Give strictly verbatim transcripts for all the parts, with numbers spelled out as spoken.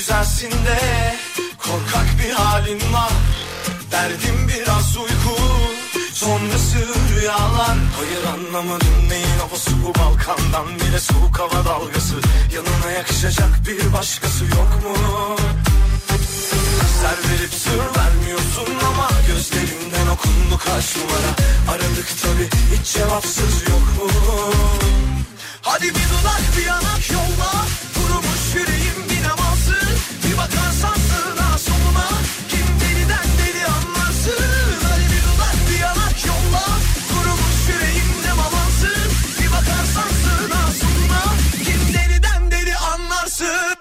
güzelsin de korkak bir halin var. Derdim biraz uyku, sonrası rüyalar. Hayır anlamadım neyin havası bu, Balkan'dan bile soğuk hava dalgası. Yanına yakışacak bir başkası yok mu? Ser verip sır vermiyorsun ama gözlerimden okundu kaç numara. Aradık tabi hiç cevapsız yok mu? Hadi bir dudak bir yanak yolla, kurumuş yüreğim bir namazsın. Bir bakarsan sığına soluna, kim deliden deli anlarsın. Hadi bir dudak bir yanak yolla, kurumuş yüreğim ne mamansın. Bir bakarsan sığına soluna, kim deliden deli anlarsın.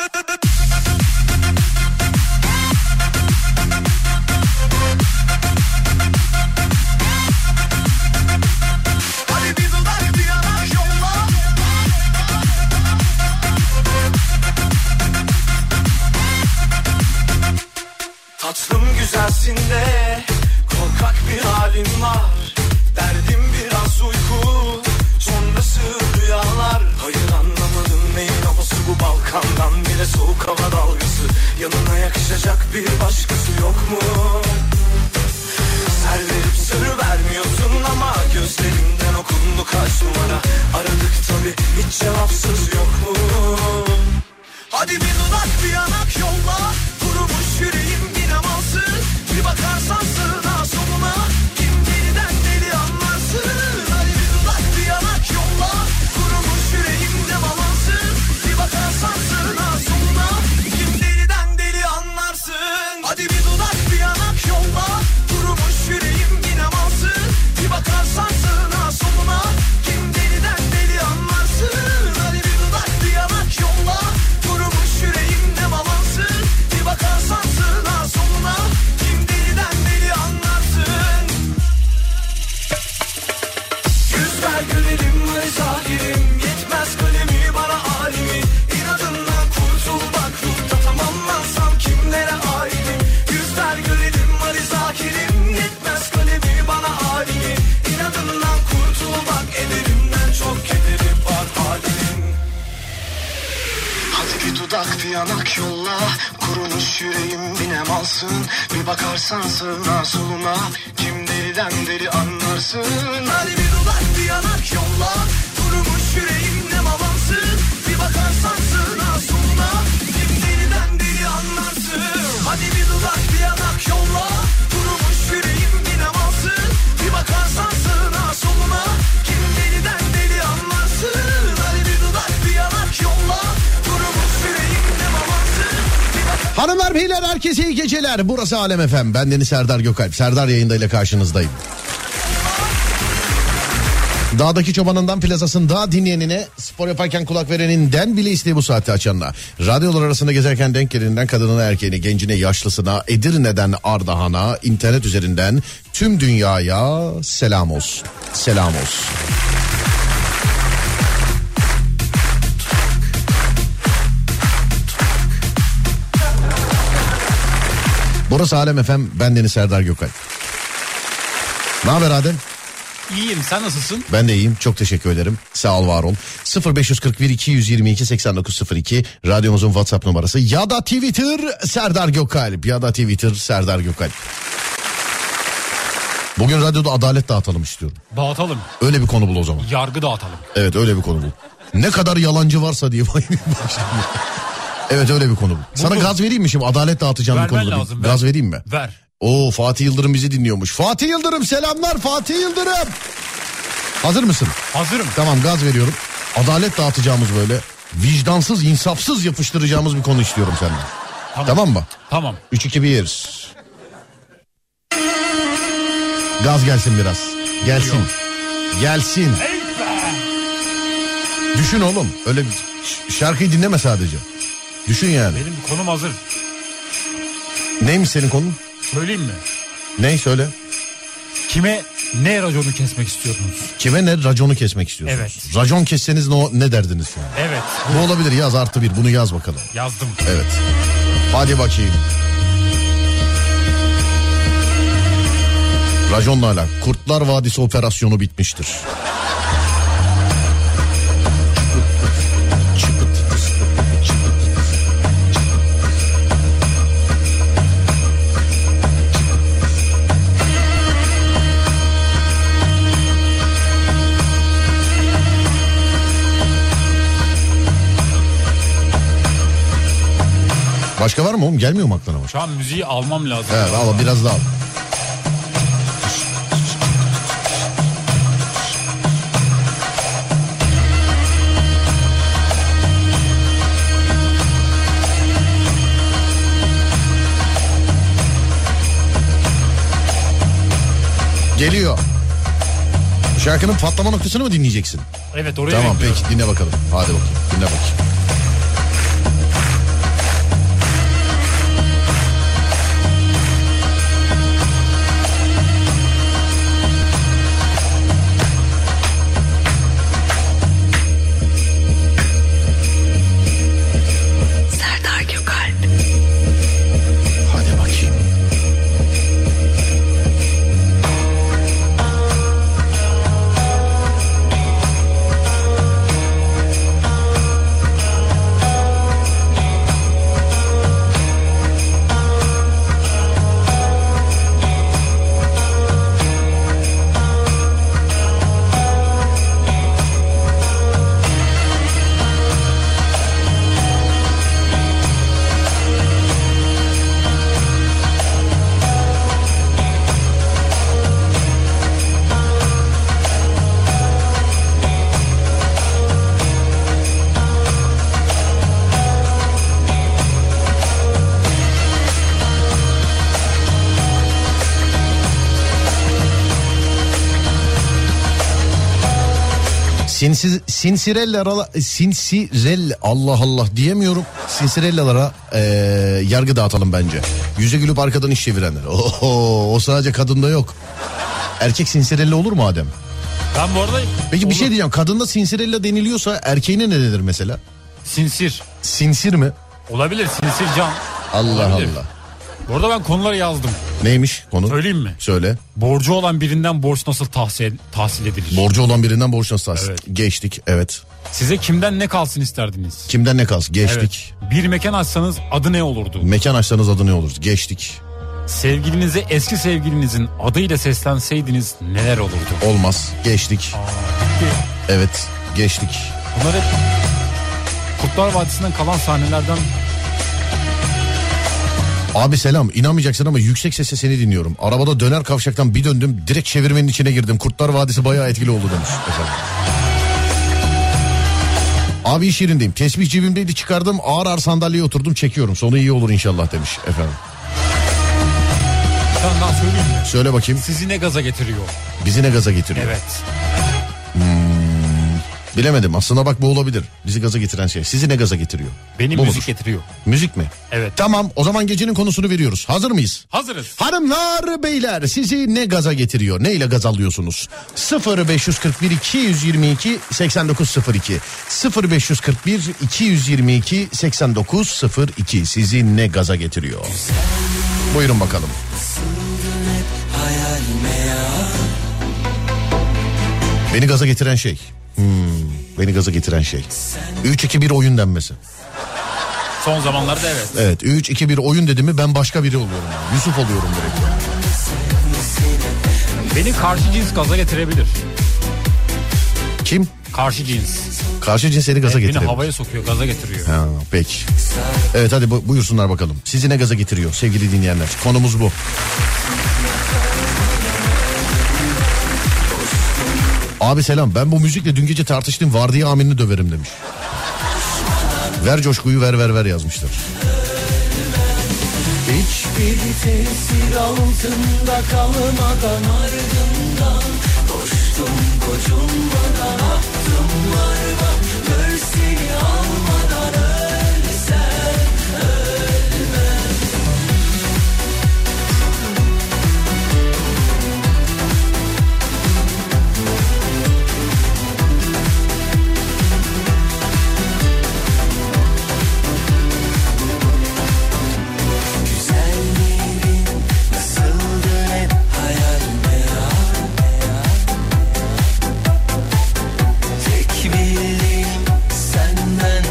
Tatlım güzelsin de korkak bir halin var. Derdim biraz uyku, sonrası rüyalar. Hayır anlamadım neyin havası bu, Balkan'dan bile soğuk hava dalgası. Yanına yakışacak bir başkası yok mu? Ser verip sır vermiyorsun ama gözlerimden okundu kaç numara. Aradık tabi hiç cevapsız yok mu? Hadi bir dudak bir yanak yolla, kurumuş yüreğim bir namazsın. Bir bakarsan sığına soluna, kim deliden deli anlarsın. Hadi bir dudak bir yanak yolla, kurumuş yüreğim ne mamansın. Bir bakarsan sığına soluna, kim deliden deli anlarsın. Hadi bir dudak bir yanak yolla, kurumuş yüreğim bir namazsın. Bir bakarsan sığına soluna, kim deliden deli anlarsın. Hadi bir dudak bir yanak yolla, kurumuş yüreğim ne mamansın. Bir bakarsan sığına soluna, kim deliden deli anlarsın. Yüz ver görelim ay zahirim, yetmez kalemi bana halimi. İnadından kurtul bak ruhta tamamlansam kimlere aitim. Yüz ver görelim ay zahirim, yetmez kalemi bana halimi. İnadından kurtul bak ederimden çok kederi var halim. Hadi bir dudak bir yanak yolla, kurumuş yüreğim bir nem alsın. Bir bakarsan sığına soluna, kim deliden deli anlarsın. Hadi bir dudak bir yanak yolla, kurumuş yüreğim nem avansın. Bir bakarsan sığına soluna, kim deliden deli anlarsın. Hadi bir dudak bir yanak yolla, kurumuş yüreğim bir nem alsın. Bir bakarsan sığına soluna, kim deliden deli anlarsın. Hadi bir dudak bir yanak yolla, kurumuş yüreğim nem avansın. Hanımlar beyler herkese iyi geceler. Burası Alem F M. Ben Deniz Serdar Gökalp. Serdar yayındayla karşınızdayım. Dağdaki çobanından plazasında dinleyenine, spor yaparken kulak vereninden bile isteği bu saatte açanına, radyolar arasında gezerken denk geleninden kadınına erkeğine, gencine yaşlısına, Edirne'den Ardahan'a, internet üzerinden tüm dünyaya selam olsun. Selam olsun. Burası Alem F M. Ben Deniz Serdar Gökalp. Ne haber Adem? İyiyim, sen nasılsın? Ben de iyiyim, çok teşekkür ederim. Sağ ol, var ol. sıfır beş kırk bir iki yüz yirmi iki seksen dokuz sıfır iki radyomuzun WhatsApp numarası ya da Twitter Serdar Gökalp ya da Twitter Serdar Gökalp. Bugün radyoda adalet dağıtalım istiyorum. Dağıtalım. Öyle bir konu bul o zaman. Yargı dağıtalım. Evet, öyle bir konu bul. Ne kadar yalancı varsa diye başlayayım. Evet, öyle bir konu bul. Sana Buldum. gaz vereyim mi şimdi, adalet dağıtacağım bir konuda? Lazım, gaz ver. vereyim mi? Ver. Oo, Fatih Yıldırım bizi dinliyormuş. Fatih Yıldırım selamlar, Fatih Yıldırım. Hazır mısın? Hazırım. Tamam, gaz veriyorum. Adalet dağıtacağımız, böyle vicdansız, insafsız yapıştıracağımız bir konu istiyorum senden. Tamam, tamam mı? Tamam. üç iki bir. Gaz gelsin biraz. Gelsin. Yok. Gelsin. Düşün oğlum. Öyle şarkıyı dinleme sadece. Düşün yani. Benim konum hazır. Neymiş senin konun? Söyleyeyim mi? Ney, söyle. Kime ne raconu kesmek istiyorsunuz? Kime ne raconu kesmek istiyorsunuz? Evet. Racon kesseniz ne, ne derdiniz yani? Evet. Bu olabilir, yaz artı bir, bunu yaz bakalım. Yazdım. Evet. Hadi bakayım. Raconla alakalı. Kurtlar Vadisi operasyonu bitmiştir. Başka var mı oğlum? Gelmiyor mu aklına? Şu an müziği almam lazım. Evet al, biraz daha al. Geliyor. Şarkının patlama noktasını mı dinleyeceksin? Evet, oraya Tamam bekliyorum. peki, dinle bakalım. Hadi bakayım, dinle bakayım. Serdar Gökalp. Hadi bakayım. Sinsi, sinsirella, sinsirella, Allah Allah diyemiyorum. Sinsirellalara e, yargı dağıtalım bence. Yüze gülüp arkadan iş çevirenler. Oho, o sadece kadında yok. Erkek sinsirella olur mu Adem? Ben bu arada... Peki olur. bir şey diyeceğim. Kadında sinsirella deniliyorsa erkeğine ne denir mesela? Sinsir. Sinsir mi? Olabilir, sinsir can. Allah Olabilir. Allah. Bu arada ben konuları yazdım. Neymiş konu? Söyleyeyim mi? Söyle. Borcu olan birinden borç nasıl tahsil, tahsil edilir? Borcu olan birinden borç nasıl tahsil? Evet. Geçtik, evet. Size kimden ne kalsın isterdiniz? Kimden ne kalsın? Geçtik. Evet. Bir mekan açsanız adı ne olurdu? Mekan açsanız adı ne olur? Geçtik. Sevgilinize eski sevgilinizin adıyla seslenseydiniz neler olurdu? Olmaz. Geçtik. Aa, bitti. Evet, geçtik. Bunlar hep Kurtlar Vadisi'nden kalan sahnelerden. Abi selam, inanmayacaksın ama yüksek sesle seni dinliyorum. Arabada döner kavşaktan bir döndüm, direkt çevirmenin içine girdim. Kurtlar Vadisi bayağı etkili oldu demiş efendim. Abi iş yerindeyim, tesbih cebimdeydi, çıkardım, ağır ağır sandalyeye oturdum, çekiyorum. Sonu iyi olur inşallah demiş efendim. Bir tane daha söyleyeyim mi? Söyle bakayım. Sizi ne gaza getiriyor? Bizi ne gaza getiriyor? Evet. Bilemedim, aslında bak bu olabilir. Bizi gaza getiren şey. Sizi ne gaza getiriyor? Beni Bu müzik mudur? getiriyor. Müzik mi? Evet. Tamam, o zaman gecenin konusunu veriyoruz. Hazır mıyız? Hazırız. Hanımlar beyler, sizi ne gaza getiriyor? Ne ile gaz alıyorsunuz? sıfır beş kırk bir iki yüz yirmi iki seksen dokuz sıfır iki sıfır beş kırk bir iki yüz yirmi iki seksen dokuz sıfır iki sizi ne gaza getiriyor? Buyurun bakalım. Beni gaza getiren şey. Hmm, beni gaza getiren şey. üç iki bir oyun denmesi. Son zamanlarda evet. Evet, üç iki bir oyun dedi mi ben başka biri oluyorum. Yani. Yusuf oluyorum direkt. Beni karşı cins gaza getirebilir. Kim? Karşı cins. Karşı cins seni gaza Evet, getirebilir. beni havaya sokuyor, gaza getiriyor. Ha, peki. Evet hadi bu- buyursunlar bakalım. Sizi ne gaza getiriyor sevgili dinleyenler? Konumuz bu. Abi selam, ben bu müzikle dün gece tartıştım, vardiya amirini döverim demiş. Ver coşkuyu ver ver ver yazmışlar. Hiçbir tesir altında kalmadan ardından koştum kocunmadan attım varma gör seni almadan ölsem ölmem. Güzelliğin nasıldı hep hayal meyal meyal. Tek bildiğim senden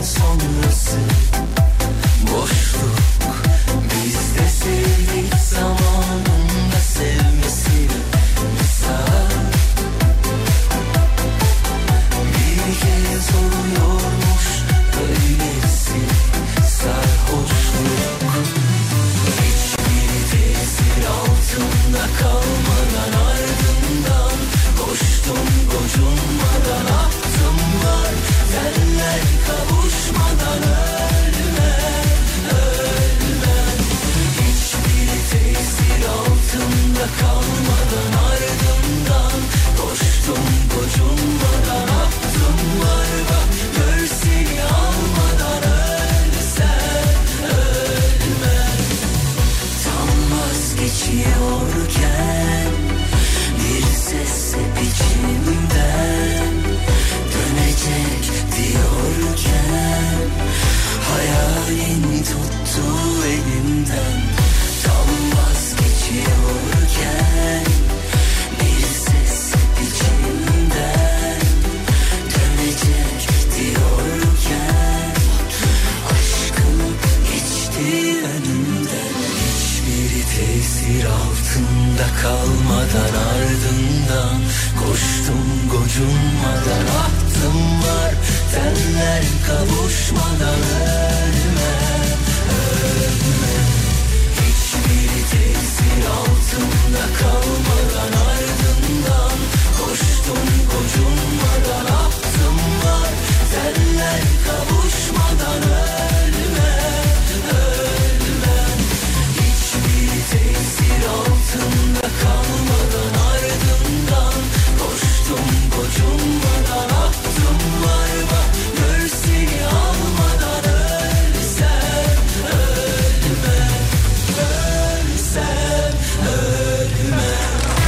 senden. Tam vazgeçiyorken bir ses içimden dönecek diyorken aşkım geçti önümden. Hiçbir tesir altında kalmadan ardından koştum gocunmadan. Ahtım var tenler kavuşmadan. Ölmem, ölmem. Hiçbir tesir altında kalmadan ardından koştum gocunmadan. Ahtım var tenler kavuşmadan. Ölmem, ölmem. Hiçbir tesir altında kalmadan ardından koştum gocunmadan. Ahtım var bak gör seni almadan. Ölsem ölmem, ölsem ölmem.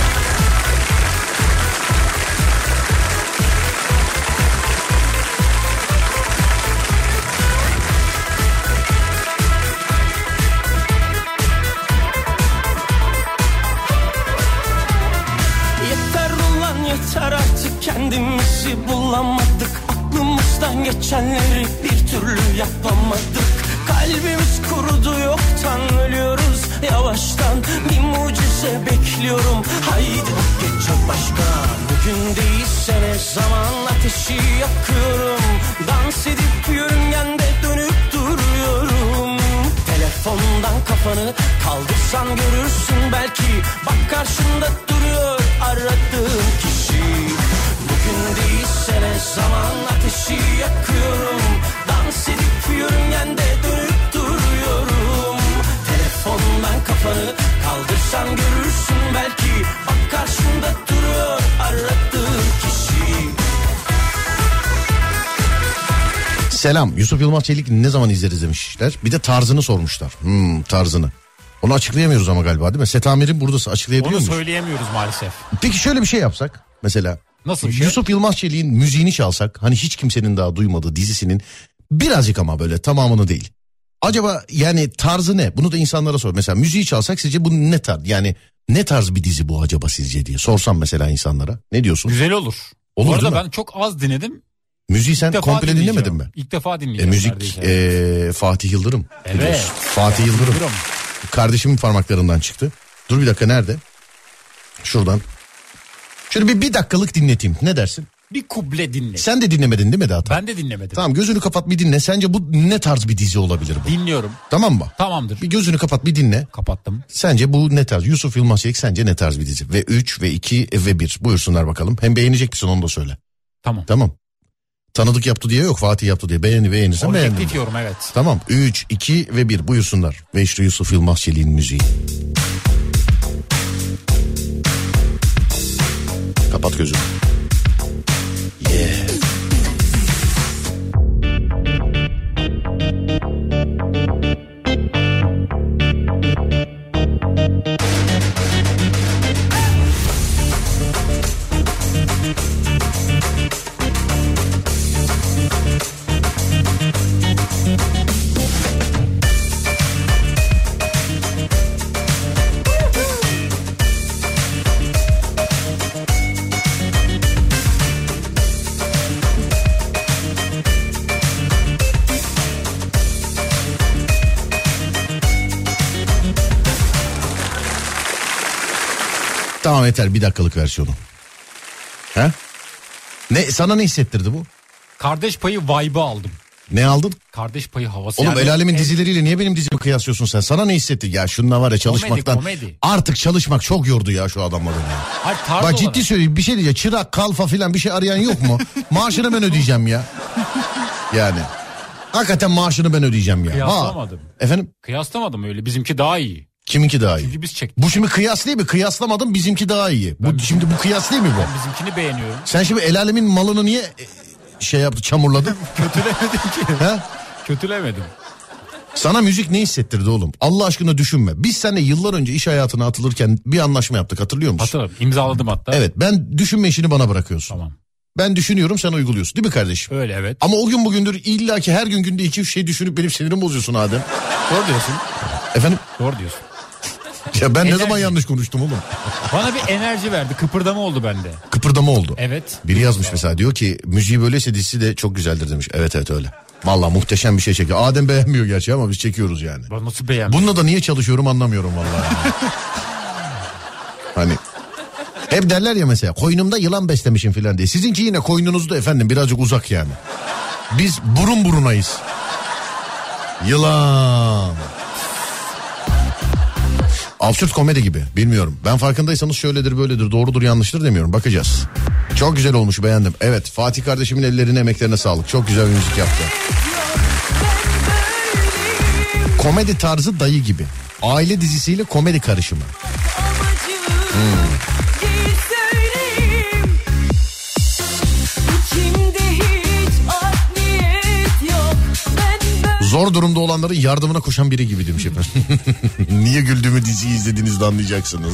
Yeter ulan yeter artık, kendimizi bulamadık. Aklımızdan geçenleri bir türlü yapamadık. Kalbimiz kurudu, yoktan ölüyoruz yavaştan. Bir mucize bekliyorum, haydi gece başka. Bugün değilse ne zaman ateşi yakıyorum. Dans edip yörüngende dönüp duruyorum. Telefondan kafanı kaldırsan görürsün belki. Bak karşında duruyor aradığın kişi. Bugün değilse ne zaman ateşi yakıyorum. Dans edip yörüngende dönüp duruyorum. Telefondan kafanı kaldırsan görürsün belki. Bak karşında duruyor aradığın kişi. Selam, Yusuf Yılmaz Çelik ne zaman izleriz demişler. Bir de tarzını sormuşlar. Hmm, tarzını. Onu açıklayamıyoruz ama galiba değil mi? Setamir'in buradası, açıklayabiliyor Onu muyuz? söyleyemiyoruz maalesef. Peki şöyle bir şey yapsak mesela. Nasıl bir şey? Yusuf Yılmaz Çelik'in müziğini çalsak, hani hiç kimsenin daha duymadığı dizisinin birazcık, ama böyle tamamını değil. Acaba yani tarzı ne? Bunu da insanlara sor. Mesela müziği çalsak sizce bu ne tarz? Yani ne tarz bir dizi bu acaba sizce diye sorsam mesela insanlara. Ne diyorsun? Güzel olur. Olur, Bu arada değil mi? ben çok az dinledim. Müziği sen İlk defa komple dinleyeceğim. dinlemedin mi? İlk defa E, dinleyeceğim. müzik neredeyse. e, Fatih Yıldırım. Evet. biliyorsun. Fatih Yıldırım. Yıldırım. Kardeşimin parmaklarından çıktı. Dur bir dakika, nerede? Şuradan. Şöyle bir, bir dakikalık dinleteyim. Ne dersin? Bir kuble dinle. Sen de dinlemedin değil mi daha? tam? Ben de dinlemedim. Tamam, gözünü kapat bir dinle. Sence bu ne tarz bir dizi olabilir bu? Dinliyorum. Tamam mı? Tamamdır. Bir gözünü kapat bir dinle. Kapattım. Sence bu ne tarz? Yusuf Yılmaz Çelik sence ne tarz bir dizi? Ve üç ve iki ve bir. Buyursunlar bakalım. Hem beğenecek misin onu da söyle. Tamam. Tamam. Tanıdık yaptı diye yok, Fatih yaptı diye. Beğeni beğenirsen beğendin. Objektif yorum, evet. Tamam, üç, iki ve bir buyursunlar. Ve işte Yusuf Yılmaz Çelik'in müziği. Kapat gözünü. Yeah. Tamam, yeter, bir dakikalık versiyonu. He? Ne, sana ne hissettirdi bu? Kardeş payı vibe'ı aldım. Ne aldın? Kardeş payı havası. Oğlum Yani el alemin en- dizileriyle niye benim dizimi kıyaslıyorsun sen? Sana ne hissetti? Ya şununla var ya, çalışmaktan. komedi. Artık çalışmak çok yordu ya şu adamların ya. Hayır, tarz Bak olarak. ciddi söyleyeyim, bir şey diyeceğim. Çırak, kalfa filan bir şey arayan yok mu? Maaşını ben ödeyeceğim ya. Yani. Hakikaten maaşını ben ödeyeceğim ya. Kıyaslamadım. Ha. Efendim? Kıyaslamadım öyle. Bizimki daha iyi. Kiminki daha iyi? Çünkü biz çektik. Bu şimdi kıyas değil mi? Kıyaslamadım, bizimki daha iyi. Bu, Ben- şimdi bu kıyas değil mi bu? Ben bizimkini beğeniyorum. Sen şimdi el alemin malını niye e, şey yaptı, çamurladın? Kötülemedim ki. Ha? Kötülemedim. Sana müzik ne hissettirdi oğlum? Allah aşkına düşünme. Biz seninle yıllar önce iş hayatına atılırken bir anlaşma yaptık, hatırlıyor musun? Hatırladım. İmzaladım hatta. Evet, ben düşünme işini bana bırakıyorsun. Tamam. Ben düşünüyorum, sen uyguluyorsun değil mi kardeşim? Öyle, evet. Ama o gün bugündür illa ki her gün günde iki üç şey düşünüp benim sinirimi bozuyorsun Adem. Doğru diyorsun. Efendim? Doğru diyorsun. Ya ben Enerji. ne zaman yanlış konuştum oğlum? Bana bir enerji verdi. Kıpırdama oldu bende. Kıpırdama oldu. Evet. Biri yazmış mesela, diyor ki müziği böyleyse dizisi de çok güzeldir demiş. Evet evet öyle. Vallahi muhteşem bir şey çekiyor. Adem beğenmiyor gerçi ama biz çekiyoruz yani. Ben nasıl beğenmedim? Bununla da niye çalışıyorum anlamıyorum vallahi. Hani hep derler ya mesela, koynumda yılan beslemişim filan diye. Sizinki yine koynunuzda efendim, birazcık uzak yani. Biz burun burunayız. Yılan. Absürt komedi gibi, bilmiyorum. Ben farkındaysanız şöyledir böyledir, doğrudur yanlıştır demiyorum, bakacağız. Çok güzel olmuş, beğendim. Evet, Fatih kardeşimin ellerine emeklerine sağlık. Çok güzel bir müzik yaptı. Komedi tarzı dayı gibi. Aile dizisiyle komedi karışımı. Hmm. Zor durumda olanların yardımına koşan biri gibi demiş efendim. Niye güldüğümü diziyi izlediğinizde anlayacaksınız.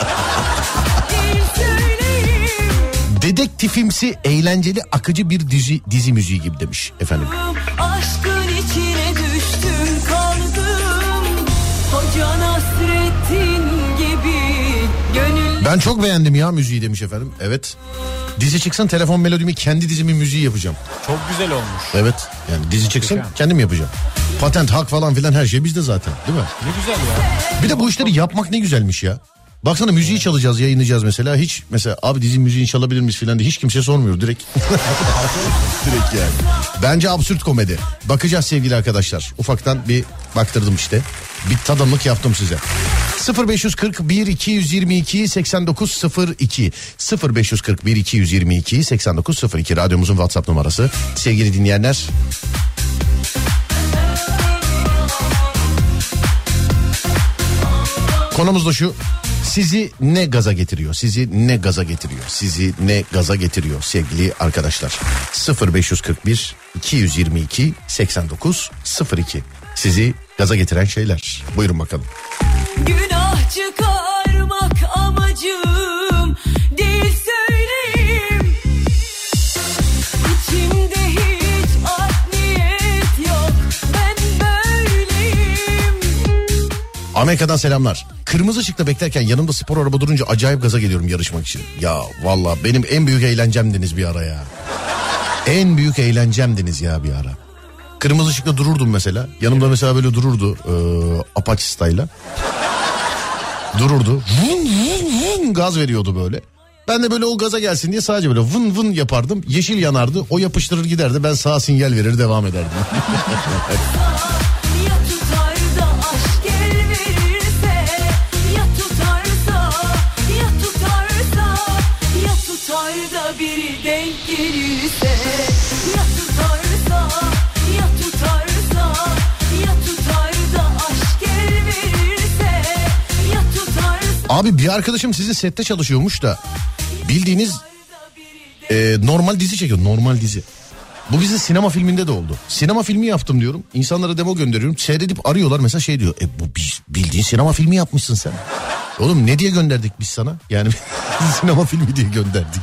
Dedektifimsi, eğlenceli, akıcı bir dizi dizi müziği gibi demiş efendim. Aşkın içine düştüm kaldım. Hoca Nasrettin gibi gönül. Ben çok beğendim ya müziği demiş efendim. Evet. Dizi çıksın, telefon melodimi kendi dizimin müziği yapacağım. Çok güzel olmuş. Evet. Yani dizi çıksın Muhteşem. kendim yapacağım. Patent, hak falan filan her şey bizde zaten, değil mi? Ne güzel ya. Bir de bu işleri yapmak ne güzelmiş ya. Baksana, müziği çalacağız, yayınlayacağız mesela. Hiç mesela abi dizi müziğini çalabilir miyiz filan diye hiç kimse sormuyor direkt. Direkt yani. Bence absürt komedi. Bakacağız sevgili arkadaşlar. Ufaktan bir baktırdım işte. Bir tadımlık yaptım size. sıfır beş kırk bir iki yüz yirmi iki seksen dokuz sıfır iki sıfır beş kırk bir iki yüz yirmi iki seksen dokuz sıfır iki radyomuzun WhatsApp numarası. Sevgili dinleyenler, konumuz da şu: sizi ne gaza getiriyor? Sizi ne gaza getiriyor? Sizi ne gaza getiriyor sevgili arkadaşlar? sıfır beş kırk bir iki yüz yirmi iki seksen dokuz sıfır iki. Sizi gaza getiren şeyler. Buyurun bakalım. Günah çıkarmak amacım değil söyleyeyim. İçimde hiç art niyet yok. Ben böyleyim. Amerika'dan selamlar. Kırmızı ışıkta beklerken yanımda spor araba durunca acayip gaza geliyorum yarışmak için. Ya valla benim en büyük eğlencemdiniz bir ara ya. En büyük eğlencemdiniz ya bir ara. Kırmızı ışıkta dururdum mesela. Yanımda mesela böyle dururdu e, Apache style'la. Dururdu. Vın vın vın gaz veriyordu böyle. Ben de böyle o gaza gelsin diye sadece böyle vın vın yapardım. Yeşil yanardı. O yapıştırır giderdi. Ben sağa sinyal verir devam ederdim. Ya tutar da aşk el verirse, ya tutarsa, ya tutarsa, ya tutar da biri denk gelirse, ya tutarsa, ya tutarsa, ya tutar da aşk el verirse, ya tutarsa. Abi bir arkadaşım sizin sette çalışıyormuş da bildiğiniz e, normal dizi çekiyor. Normal dizi. Bu bizi sinema filminde de oldu. Sinema filmi yaptım diyorum. İnsanlara demo gönderiyorum. Seyredip arıyorlar mesela, şey diyor. E bu biz bildiğin sinema filmi yapmışsın sen. Oğlum ne diye gönderdik biz sana? Yani sinema filmi diye gönderdik.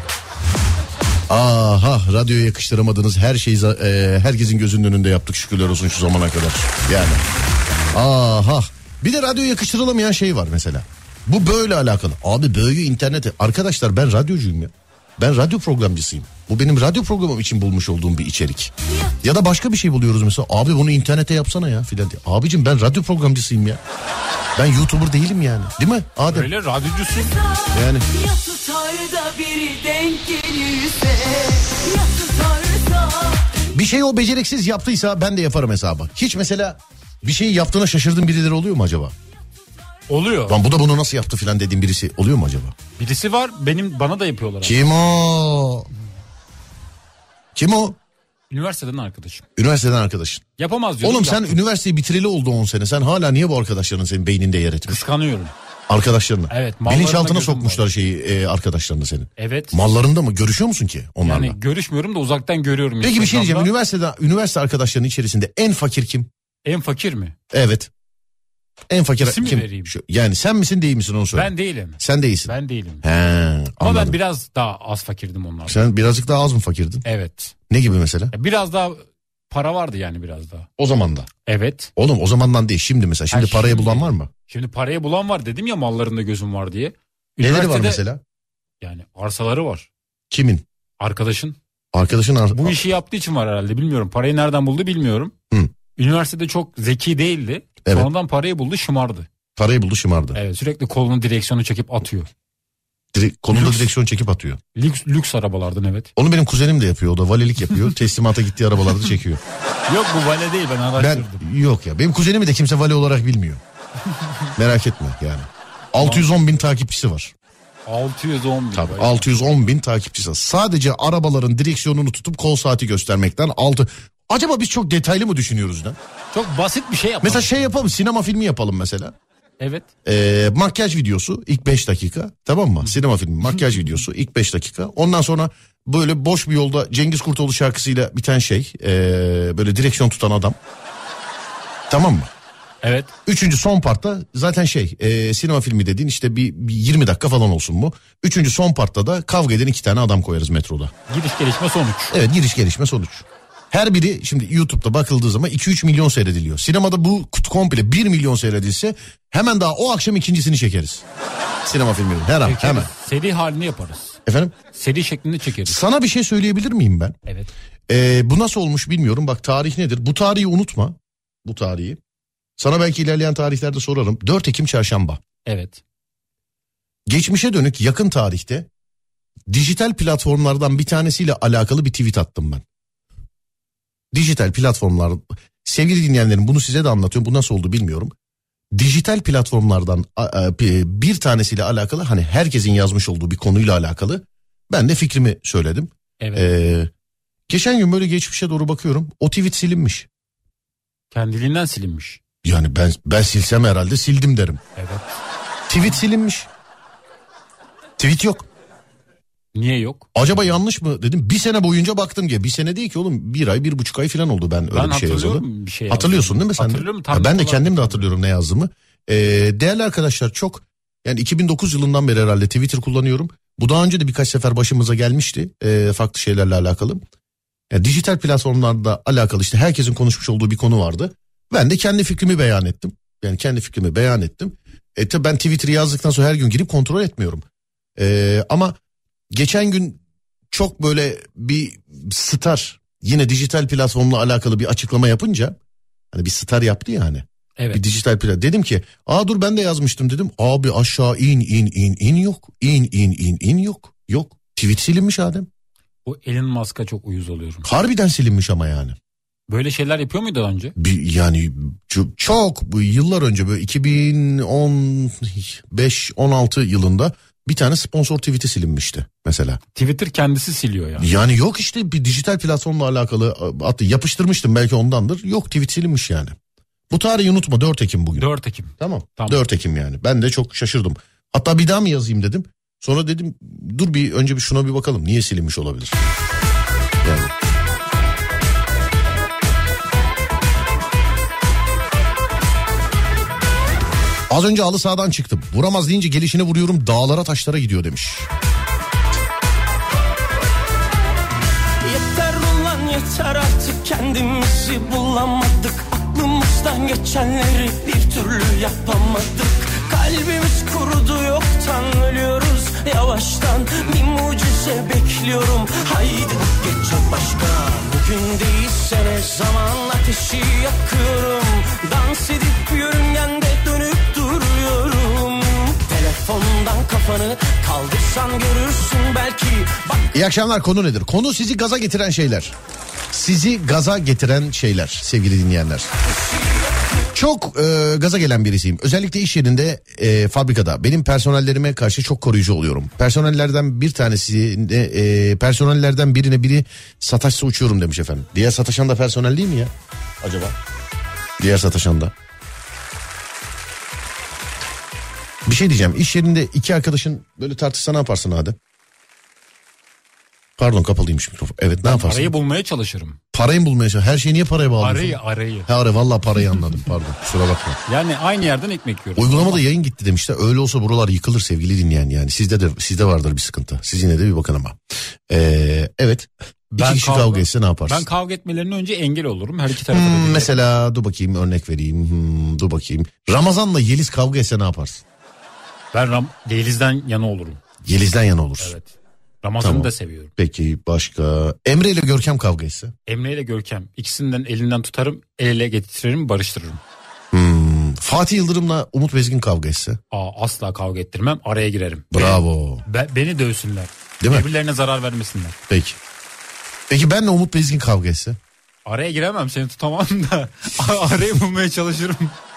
Aha, radyoya yakıştıramadığınız her şeyi e, herkesin gözünün önünde yaptık şükürler olsun şu zamana kadar. Yani. Aha. Bir de radyoya yakıştırılamayan şey var mesela. Bu böyle alakalı. Abi böyle internete. Arkadaşlar ben radyocuyum ya. Ben radyo programcısıyım. Bu benim radyo programım için bulmuş olduğum bir içerik. Ya da başka bir şey buluyoruz mesela. Abi bunu internete yapsana ya filan diye. Abicim ben radyo programcısıyım ya. Ben YouTuber değilim yani. Değil mi Adem? Öyle radyocusun. Yani. Ya tutar da biri denk gelirse, ya tutarsa. Bir şeyi o beceriksiz yaptıysa ben de yaparım hesabı. Hiç mesela bir şeyi yaptığına şaşırdığın birileri oluyor mu acaba? Oluyor. Lan bu da bunu nasıl yaptı filan dediğin birisi oluyor mu acaba? Birisi var, benim bana da yapıyorlar. Abi. Kim o? Kim o? Üniversiteden arkadaşım. Üniversiteden arkadaşın. Yapamaz diyordum. Oğlum sen yaptım. üniversiteyi bitireli oldu on sene. Sen hala niye bu arkadaşların senin beyninde yer etmiş? Kıskanıyorum. Arkadaşlarına. Evet, mallarına Bilinçaltına gözüm sokmuşlar var. şeyi e, arkadaşlarını senin. Evet. Mallarında mı? Görüşüyor musun ki onlarla? Yani görüşmüyorum da uzaktan görüyorum. Peki bir şey diyeceğim. Instagram'da. Üniversitede, üniversite arkadaşlarının içerisinde en fakir kim? En fakir mi? Evet. En fakir İsim mi kim? vereyim? Şu, yani sen misin değil misin onu söyle. Ben değilim. Sen değilsin. Ben değilim. He, Ama anladım. ben biraz daha az fakirdim onlardan. Sen birazcık daha az mı fakirdin? Evet. Ne gibi mesela? Ya biraz daha para vardı yani biraz daha. O zaman da. Evet. Oğlum o zamandan değil şimdi mesela. Şimdi Ha, parayı şimdi- bulan var mı? Şimdi parayı bulan var dedim ya, mallarında gözüm var diye. Neleri var Üniversitede- mesela? Yani arsaları var. Kimin? Arkadaşın. Arkadaşın ar- Bu işi yaptığı için var herhalde, bilmiyorum. Parayı nereden buldu bilmiyorum. Hı. Üniversitede çok zeki değildi. Evet. Sonradan parayı buldu, şımardı. Parayı buldu şımardı. Evet, sürekli kolunu direksiyonu çekip atıyor. Direkt, kolunda Lüks. direksiyon çekip atıyor. Lüks, lüks arabalardan evet. Onu benim kuzenim de yapıyor. O da valilik yapıyor. Teslimata gittiği arabalarda çekiyor. Yok bu vale değil, ben Ben araştırdım. yok ya. Benim kuzenimi de kimse vali olarak bilmiyor. Merak etme yani. altı yüz on bin takipçisi var. altı yüz on bin. Tabii bayağı. altı yüz on bin takipçisi var. Sadece arabaların direksiyonunu tutup kol saati göstermekten altı. Acaba biz çok detaylı mı düşünüyoruz lan? Çok basit bir şey yapalım. Mesela şey yapalım, sinema filmi yapalım mesela. Evet. Ee, makyaj videosu ilk beş dakika, tamam mı? Sinema filmi makyaj videosu ilk beş dakika. Ondan sonra böyle boş bir yolda Cengiz Kurtoğlu şarkısıyla biten şey, ee, böyle direksiyon tutan adam. Tamam mı? Evet. Üçüncü son partta zaten şey, ee, sinema filmi dediğin işte bir, bir yirmi dakika falan olsun bu. Üçüncü son partta da kavga eden iki tane adam koyarız metroda. Giriş gelişme sonuç. Evet, giriş gelişme sonuç. Her biri şimdi YouTube'da bakıldığı zaman iki üç milyon seyrediliyor. Sinemada bu kutu komple bir milyon seyredilse hemen daha o akşam ikincisini çekeriz. Sinema filminin her an Peki, hemen. Seri halini yaparız. Efendim? Seri şeklinde çekeriz. Sana bir şey söyleyebilir miyim ben? Evet. Ee, bu nasıl olmuş bilmiyorum. Bak tarih nedir? Bu tarihi unutma. Bu tarihi. Sana belki ilerleyen tarihlerde sorarım. dört Ekim çarşamba. Evet. Geçmişe dönük yakın tarihte dijital platformlardan bir tanesiyle alakalı bir tweet attım ben. Dijital platformlar, sevgili dinleyenlerim bunu size de anlatıyorum. Bu nasıl oldu bilmiyorum. Dijital platformlardan bir tanesiyle alakalı, hani herkesin yazmış olduğu bir konuyla alakalı ben de fikrimi söyledim. Evet. Ee, geçen gün böyle geçmişe doğru bakıyorum. O tweet silinmiş. Kendiliğinden silinmiş. Yani ben ben silsem herhalde sildim derim. Evet. Tweet silinmiş. Tweet yok. Niye yok? Acaba yanlış mı dedim. Bir sene boyunca baktım diye. Bir sene değil ki oğlum. Bir ay, bir buçuk ay falan oldu ben öyle Ben bir şey yazalı. hatırlıyorum bir şey Hatırlıyorsun yazdım. değil mi sen de? Hatırlıyorum. Tam Ya ben de olarak kendim de hatırlıyorum ne yazdığımı. Ee, değerli arkadaşlar, çok yani iki bin dokuz yılından beri herhalde Twitter kullanıyorum. Bu daha önce de birkaç sefer başımıza gelmişti. Ee, farklı şeylerle alakalı. Yani dijital platformlarda alakalı işte herkesin konuşmuş olduğu bir konu vardı. Ben de kendi fikrimi beyan ettim. Yani kendi fikrimi beyan ettim. E tabi ben Twitter'ı yazdıktan sonra her gün girip kontrol etmiyorum. Ee, ama geçen gün çok böyle bir star yine dijital platformla alakalı bir açıklama yapınca, hani bir star yaptı ya hani. Evet. Bir dijital platform. Dedim ki aa dur ben de yazmıştım dedim. Abi aşağı in in in in yok. İn in in in yok. Yok. Tweet silinmiş Adem. Bu Elon Musk'a çok uyuz oluyorum. Harbiden silinmiş ama yani. Böyle şeyler yapıyor muydu daha önce? Bir, yani çok, çok bu yıllar önce böyle iki bin on beş on altı yılında bir tane sponsor tweet'i silinmişti mesela. Twitter kendisi siliyor yani. Yani yok işte bir dijital platformla alakalı attı, yapıştırmıştım belki ondandır. Yok, tweet silinmiş yani. Bu tarihi unutma, dört Ekim bugün. dört Ekim. Tamam. Tamam. dört Ekim yani. Ben de çok şaşırdım. Hatta bir daha mı yazayım dedim. Sonra dedim dur bir önce bir şuna bir bakalım. Niye silinmiş olabilir? Yani. Az önce halı sahadan çıktım. Vuramaz deyince gelişine vuruyorum, dağlara taşlara gidiyor demiş. Yeter ulan yeter artık, kendimizi bulamadık. Aklımızdan geçenleri bir türlü yapamadık. Kalbimiz kurudu, yoktan ölüyoruz yavaştan. Bir mucize bekliyorum, haydi gece başka. Bugün değilse ne zaman ateşi yakıyorum. Dans edip yörüngende dönüp duruyorum. Telefondan kafanı kaldırsan görürsün belki. Bak. İyi akşamlar, konu nedir? Konu sizi gaza getiren şeyler. Sizi gaza getiren şeyler sevgili dinleyenler. Çok e, gaza gelen birisiyim. Özellikle iş yerinde, e, fabrikada. Benim personellerime karşı çok koruyucu oluyorum. Personellerden bir tanesi, e, personellerden birine biri sataşsa uçuyorum demiş efendim. Diğer sataşan da personel değil mi ya? Acaba? Diğer sataşan da. Bir şey diyeceğim. İş yerinde iki arkadaşın böyle tartışsa ne yaparsın Adem? Pardon, kapalıymış mikrofon. Evet, ne yaparsın? Parayı bulmaya çalışırım. Parayı mı bulmaya çalışıyorsun? Her şeyi niye paraya bağlıyorsun? Arayı arayı. Ha ara, vallahi parayı anladım, pardon, kusura bakma. Yani aynı yerden ekmek yiyoruz. Uygulamada yayın gitti demişler. Öyle olsa buralar yıkılır sevgili dinleyen yani. Sizde de sizde vardır bir sıkıntı. Siz yine de bir bakın ama. Ee, evet. İki kişi kavga, kavga etse ne yaparsın? Ben kavga etmelerine önce engel olurum. Her iki tarafa hmm, da mesela dur bakayım örnek vereyim. Hmm, dur bakayım. Ramazan'la Yeliz kavga etse ne yaparsın? Ben Ram- Yeliz'den yana olurum. Yeliz'den yana olursun. Evet. Ramazan'ı tamam. da seviyorum. Peki başka? Emre ile Görkem kavga etse? Emre ile Görkem. İkisinden elinden tutarım, el ele getiririm, barıştırırım. Hmm. Fatih Yıldırım'la Umut Bezgin kavga etse? Aa, asla kavga ettirmem, araya girerim. Bravo. Be- beni dövsünler. Değil mi? Birbirlerine zarar vermesinler. Peki. Peki benle Umut Bezgin kavga etse? Araya giremem, seni tutamam da arayı bulmaya çalışırım.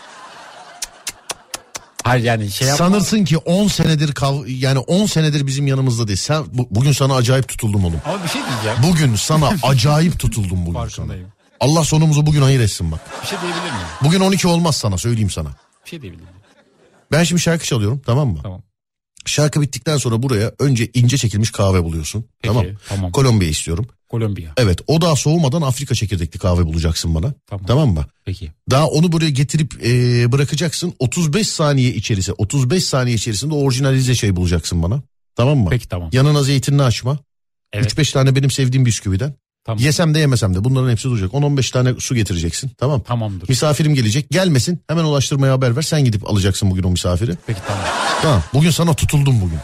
Hayır yani şey yapma. Sanırsın ki on senedir kav yani on senedir bizim yanımızda değil. Sen bu, bugün sana acayip tutuldum oğlum. Ama bir şey diyeceğim. Bugün sana acayip tutuldum bugün. Farkındayım. Sana. Allah sonumuzu bugün hayır etsin bak. Bir şey diyebilir miyim? Bugün on iki olmaz sana, söyleyeyim sana. Bir şey diyebilir miyim? Ben şimdi şarkı çalıyorum, tamam mı? Tamam. Şarkı bittikten sonra buraya önce ince çekilmiş kahve buluyorsun. Peki, tamam. tamam. Kolombiya istiyorum. Kolombiya. Evet, o daha soğumadan Afrika çekirdekli kahve bulacaksın bana. Tamam. Tamam mı? Peki. Daha onu buraya getirip e, bırakacaksın. otuz beş saniye içerisinde otuz beş saniye içerisinde orijinalize şey bulacaksın bana. Tamam mı? Peki tamam. Yanına zeytinini açma. Evet. üç beş tane benim sevdiğim bisküviden. Tamam. Yesem de yemesem de bunların hepsi duracak. on on beş tane su getireceksin. Tamam. Tamamdır. Misafirim gelecek. Gelmesin. Hemen ulaştırmaya haber ver. Sen gidip alacaksın bugün o misafiri. Peki tamam. Tamam. Bugün sana tutuldum bugün.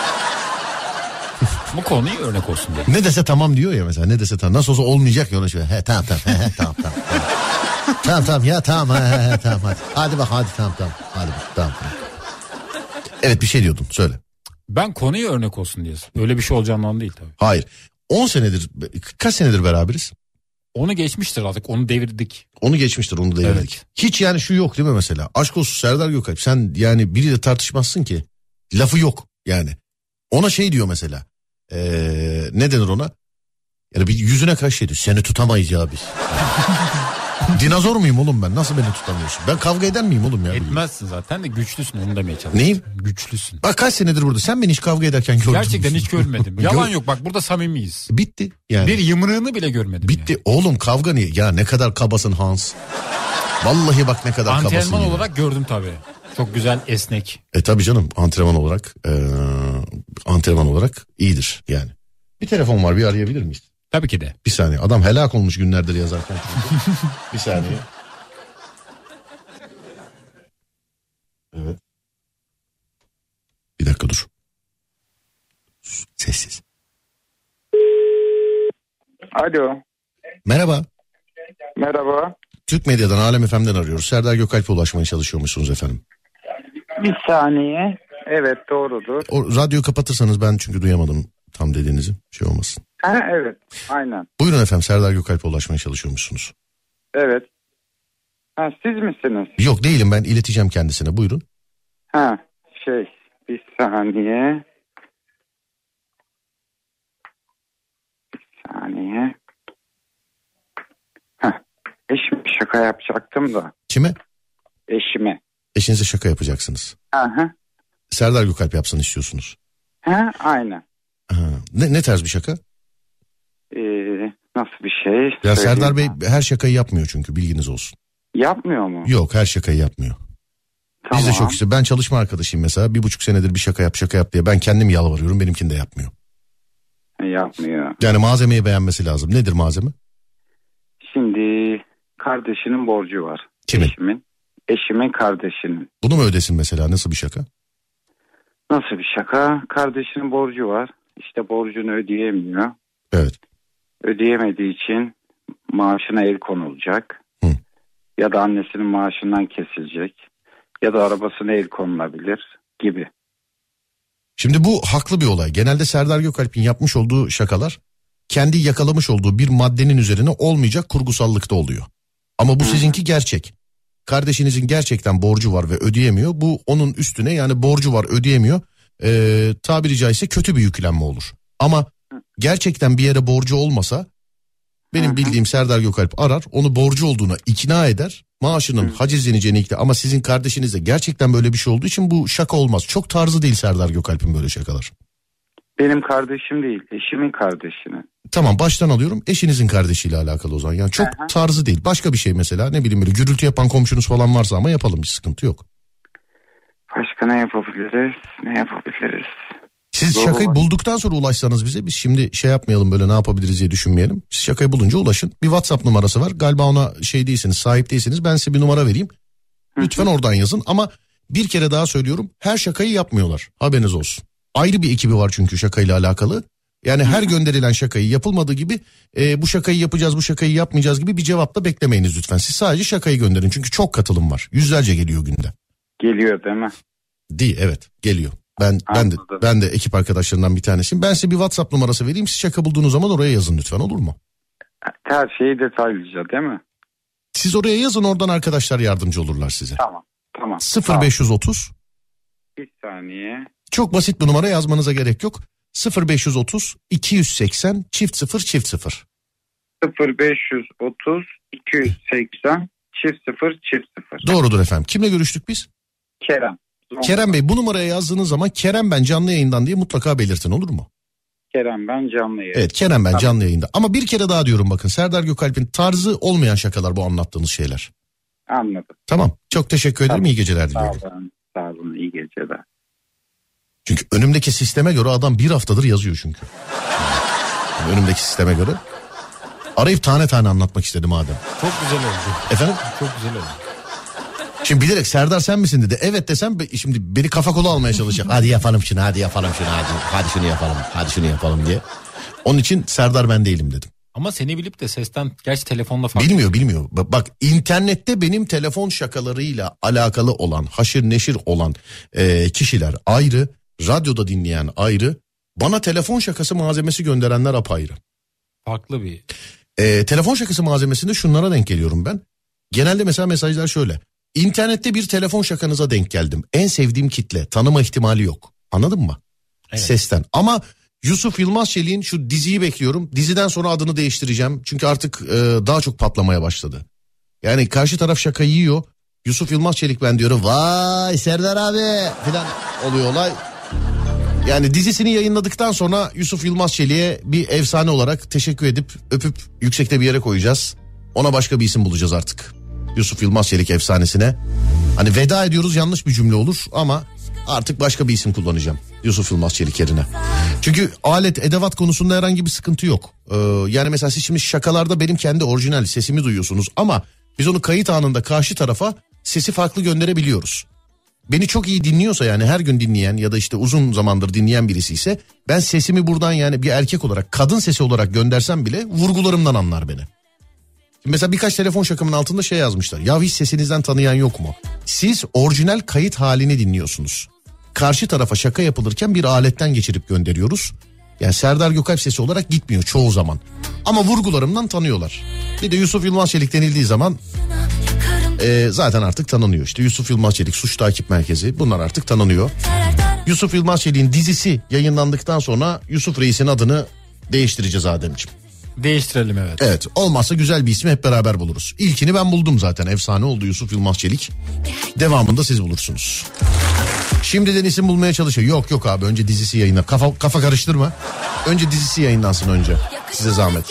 Bu konuyu örnek olsun diye. Ne dese tamam diyor ya mesela. Ne dese tamam. Nasıl olsa olmayacak ya ona şöyle. He tamam tamam. He, he, tamam tamam. Tamam tamam ya tamam. He, he, he, tamam hadi. Hadi bak hadi tamam tamam. Hadi bak tamam. tamam. Evet, bir şey diyordun, söyle. Ben konuyu örnek olsun diyorsun. Öyle bir şey olacağından değil tabii. Hayır. on senedir, kaç senedir beraberiz? Onu geçmiştir artık, onu devirdik. Onu geçmiştir, onu devirdik. Evet. Hiç yani şu yok değil mi mesela? Aşk olsun Serdar Gökalp, sen yani biriyle tartışmazsın ki. Lafı yok yani. Ona şey diyor mesela. Ee, ne denir ona? Yani bir yüzüne karşı şey diyor. Seni tutamayız ya biz. Dinozor muyum oğlum ben? Nasıl beni tutamıyorsun? Ben kavga eder miyim oğlum ya? Etmezsin zaten de güçlüsün, onu demeye çalışıyorum. Neyim? Güçlüsün. Bak kaç senedir burada. Sen beni hiç kavga ederken gördün mü? Gerçekten hiç görmedim. Yalan yok, bak burada samimiyiz. Bitti yani. Bir yımrığını bile görmedim. Bitti yani. Oğlum, kavga niye? Ya ne kadar kabasın Hans. Vallahi bak ne kadar Antrenman kabasın. Antrenman ya. olarak gördüm tabii. Çok güzel, esnek. E tabii canım, antrenman olarak e, antrenman olarak iyidir yani. Bir telefon var, bir arayabilir miyiz? Tabii ki de. Bir saniye, adam helak olmuş günlerdir yazarken. Bir saniye. Evet. Bir dakika dur. Sessiz. Alo. Merhaba. Merhaba. Türk Medya'dan, Alem F M'den arıyoruz. Serdar Gökalp'e ulaşmaya çalışıyormuşsunuz efendim. Bir saniye. Evet, doğrudur. O radyoyu kapatırsanız, ben çünkü duyamadım tam dediğinizi. Şey olmasın. Ha, evet, aynen. Buyurun efendim, Serdar Gökalp'e ulaşmaya çalışıyormuşsunuz. Evet. Ha, siz misiniz? Yok değilim, ben ileteceğim kendisine, buyurun. Ha, şey, bir saniye. Bir saniye. Ha, eşime şaka yapacaktım da. Kime? Eşime. Eşinize şaka yapacaksınız. Aha. Serdar Gökalp yapsın istiyorsunuz. Ha, aynen. Ha, ne, ne tarz bir şaka? Ee, nasıl bir şey? Ya Serdar Bey her şakayı yapmıyor çünkü, bilginiz olsun. Yapmıyor mu? Yok, her şakayı yapmıyor. Tamam. Biz de çok işte, ben çalışma arkadaşıyım mesela, bir buçuk senedir bir şaka yap şaka yap diye ben kendim yalvarıyorum, benimkini de yapmıyor. Yapmıyor. Yani malzemeyi beğenmesi lazım. Nedir malzeme? Şimdi kardeşinin borcu var. Kimin? Eşimin. Eşimin kardeşinin. Bunu mu ödesin mesela, nasıl bir şaka? Nasıl bir şaka? Kardeşinin borcu var. İşte borcunu ödeyemiyor. Evet. Ödeyemediği için maaşına el konulacak. Hı. Ya da annesinin maaşından kesilecek. Ya da arabasına el konulabilir gibi. Şimdi bu haklı bir olay. Genelde Serdar Gökalp'in yapmış olduğu şakalar kendi yakalamış olduğu bir maddenin üzerine olmayacak kurgusallıkta oluyor. Ama bu Hı. sizinki gerçek. Kardeşinizin gerçekten borcu var ve ödeyemiyor. Bu onun üstüne, yani borcu var ödeyemiyor. Ee, tabiri caizse kötü bir yüklenme olur. Ama gerçekten bir yere borcu olmasa, benim Hı-hı. bildiğim Serdar Gökalp arar, onu borcu olduğuna ikna eder. Maaşının Hı. hacizleneceğini ikna. Ama sizin kardeşinizde gerçekten böyle bir şey olduğu için bu şaka olmaz. Çok tarzı değil Serdar Gökalp'in böyle şakalar. Benim kardeşim değil, eşimin kardeşinin. Tamam, baştan alıyorum, eşinizin kardeşiyle alakalı o zaman. Yani çok Aha. tarzı değil. Başka bir şey mesela, ne bileyim böyle gürültü yapan komşunuz falan varsa ama yapalım, bir sıkıntı yok. Başka ne yapabiliriz? Ne yapabiliriz? Siz Zor şakayı olan. bulduktan sonra ulaşsanız bize, biz şimdi şey yapmayalım, böyle ne yapabiliriz diye düşünmeyelim. Siz şakayı bulunca ulaşın. Bir WhatsApp numarası var. Galiba ona şey değilsiniz, sahip değilsiniz. Ben size bir numara vereyim. Lütfen oradan yazın ama bir kere daha söylüyorum, her şakayı yapmıyorlar. Haberiniz olsun. Ayrı bir ekibi var çünkü şakayla alakalı. Yani her gönderilen şakayı yapılmadığı gibi e, bu şakayı yapacağız, bu şakayı yapmayacağız gibi bir cevap da beklemeyiniz lütfen. Siz sadece şakayı gönderin çünkü çok katılım var. Yüzlerce geliyor günde. Geliyor değil mi? Değil, evet geliyor. Ben ben de Anladım. ben de ekip arkadaşlarından bir tanesiyim. Ben size bir WhatsApp numarası vereyim. Siz şaka bulduğunuz zaman oraya yazın lütfen, olur mu? Her şeyi detaylıca değil mi? Siz oraya yazın, oradan arkadaşlar yardımcı olurlar size. Tamam. Tamam. sıfır beş yüz otuz Bir saniye. Çok basit bir numara, yazmanıza gerek yok. sıfır beş yüz otuz iki yüz seksen çift sıfır çift sıfır. sıfır beş yüz otuz iki yüz seksen çift sıfır çift sıfır. Doğrudur efendim. Kimle görüştük biz? Kerem. Kerem Bey, bu numaraya yazdığınız zaman Kerem ben canlı yayından diye mutlaka belirtin, olur mu? Kerem ben canlı yayın. Evet, Kerem ben Tamam. canlı yayında. Ama bir kere daha diyorum, bakın Serdar Gökalp'in tarzı olmayan şakalar bu anlattığınız şeyler. Anladım. Tamam, çok teşekkür ederim, Tamam. iyi geceler Sağ diliyorum. olun. Sağ olun. İyi geceler. Çünkü önümdeki sisteme göre adam bir haftadır yazıyor çünkü. Yani önümdeki sisteme göre. Arayıp tane tane anlatmak istedim madem. Çok güzel oldu. Efendim? Çok güzel oldu. Şimdi bilerek Serdar sen misin dedi. Evet desem be- şimdi beni kafa kola almaya çalışacak. Hadi yapalım şunu, hadi yapalım şunu, hadi, hadi şunu yapalım, hadi şunu yapalım diye. Onun için Serdar ben değilim dedim. Ama seni bilip de sesten, gerçi telefonla farklı. Bilmiyor bilmiyor. Ba- Bak internette benim telefon şakalarıyla alakalı olan, haşır neşir olan e, kişiler ayrı. Radyoda dinleyen ayrı. Bana telefon şakası malzemesi gönderenler apayrı. Farklı bir. E, telefon şakası malzemesinde şunlara denk geliyorum ben. Genelde mesela mesajlar şöyle. İnternette bir telefon şakanıza denk geldim. En sevdiğim kitle, tanıma ihtimali yok. Anladın mı? Evet. Sesten. Ama Yusuf Yılmaz Çelik'in şu diziyi bekliyorum. Diziden sonra adını değiştireceğim. Çünkü artık e, daha çok patlamaya başladı. Yani karşı taraf şaka yiyor. Yusuf Yılmaz Çelik ben diyorum. Vay Serdar abi falan oluyor olay. Yani dizisini yayınladıktan sonra Yusuf Yılmaz Çelik'e bir efsane olarak teşekkür edip öpüp yüksekte bir yere koyacağız. Ona başka bir isim bulacağız artık. Yusuf Yılmaz Çelik efsanesine. Hani veda ediyoruz, yanlış bir cümle olur ama artık başka bir isim kullanacağım. Yusuf Yılmaz Çelik yerine. Çünkü alet edevat konusunda herhangi bir sıkıntı yok. Ee, yani mesela siz şimdi şakalarda benim kendi orijinal sesimi duyuyorsunuz ama biz onu kayıt anında karşı tarafa sesi farklı gönderebiliyoruz. Beni çok iyi dinliyorsa, yani her gün dinleyen ya da işte uzun zamandır dinleyen birisi ise ben sesimi buradan, yani bir erkek olarak, kadın sesi olarak göndersem bile vurgularımdan anlar beni. Mesela birkaç telefon şakamın altında şey yazmışlar. Ya hiç sesinizden tanıyan yok mu? Siz orijinal kayıt halini dinliyorsunuz. Karşı tarafa şaka yapılırken bir aletten geçirip gönderiyoruz. Yani Serdar Gökalp sesi olarak gitmiyor çoğu zaman. Ama vurgularımdan tanıyorlar. Bir de Yusuf Yılmaz Çelik denildiği zaman e, zaten artık tanınıyor. İşte Yusuf Yılmaz Çelik Suç Takip Merkezi, bunlar artık tanınıyor. Yusuf Yılmaz Çelik'in dizisi yayınlandıktan sonra Yusuf Reis'in adını değiştireceğiz Ademciğim. Değiştirelim, evet. Evet, olmazsa güzel bir ismi hep beraber buluruz. İlkini ben buldum zaten, efsane oldu Yusuf Yılmaz Çelik. Devamında siz bulursunuz. Şimdiden isim bulmaya çalışıyor. Yok yok abi, önce dizisi yayınla. Kafa, kafa karıştırma. Önce dizisi yayınlansın önce. Size zahmet.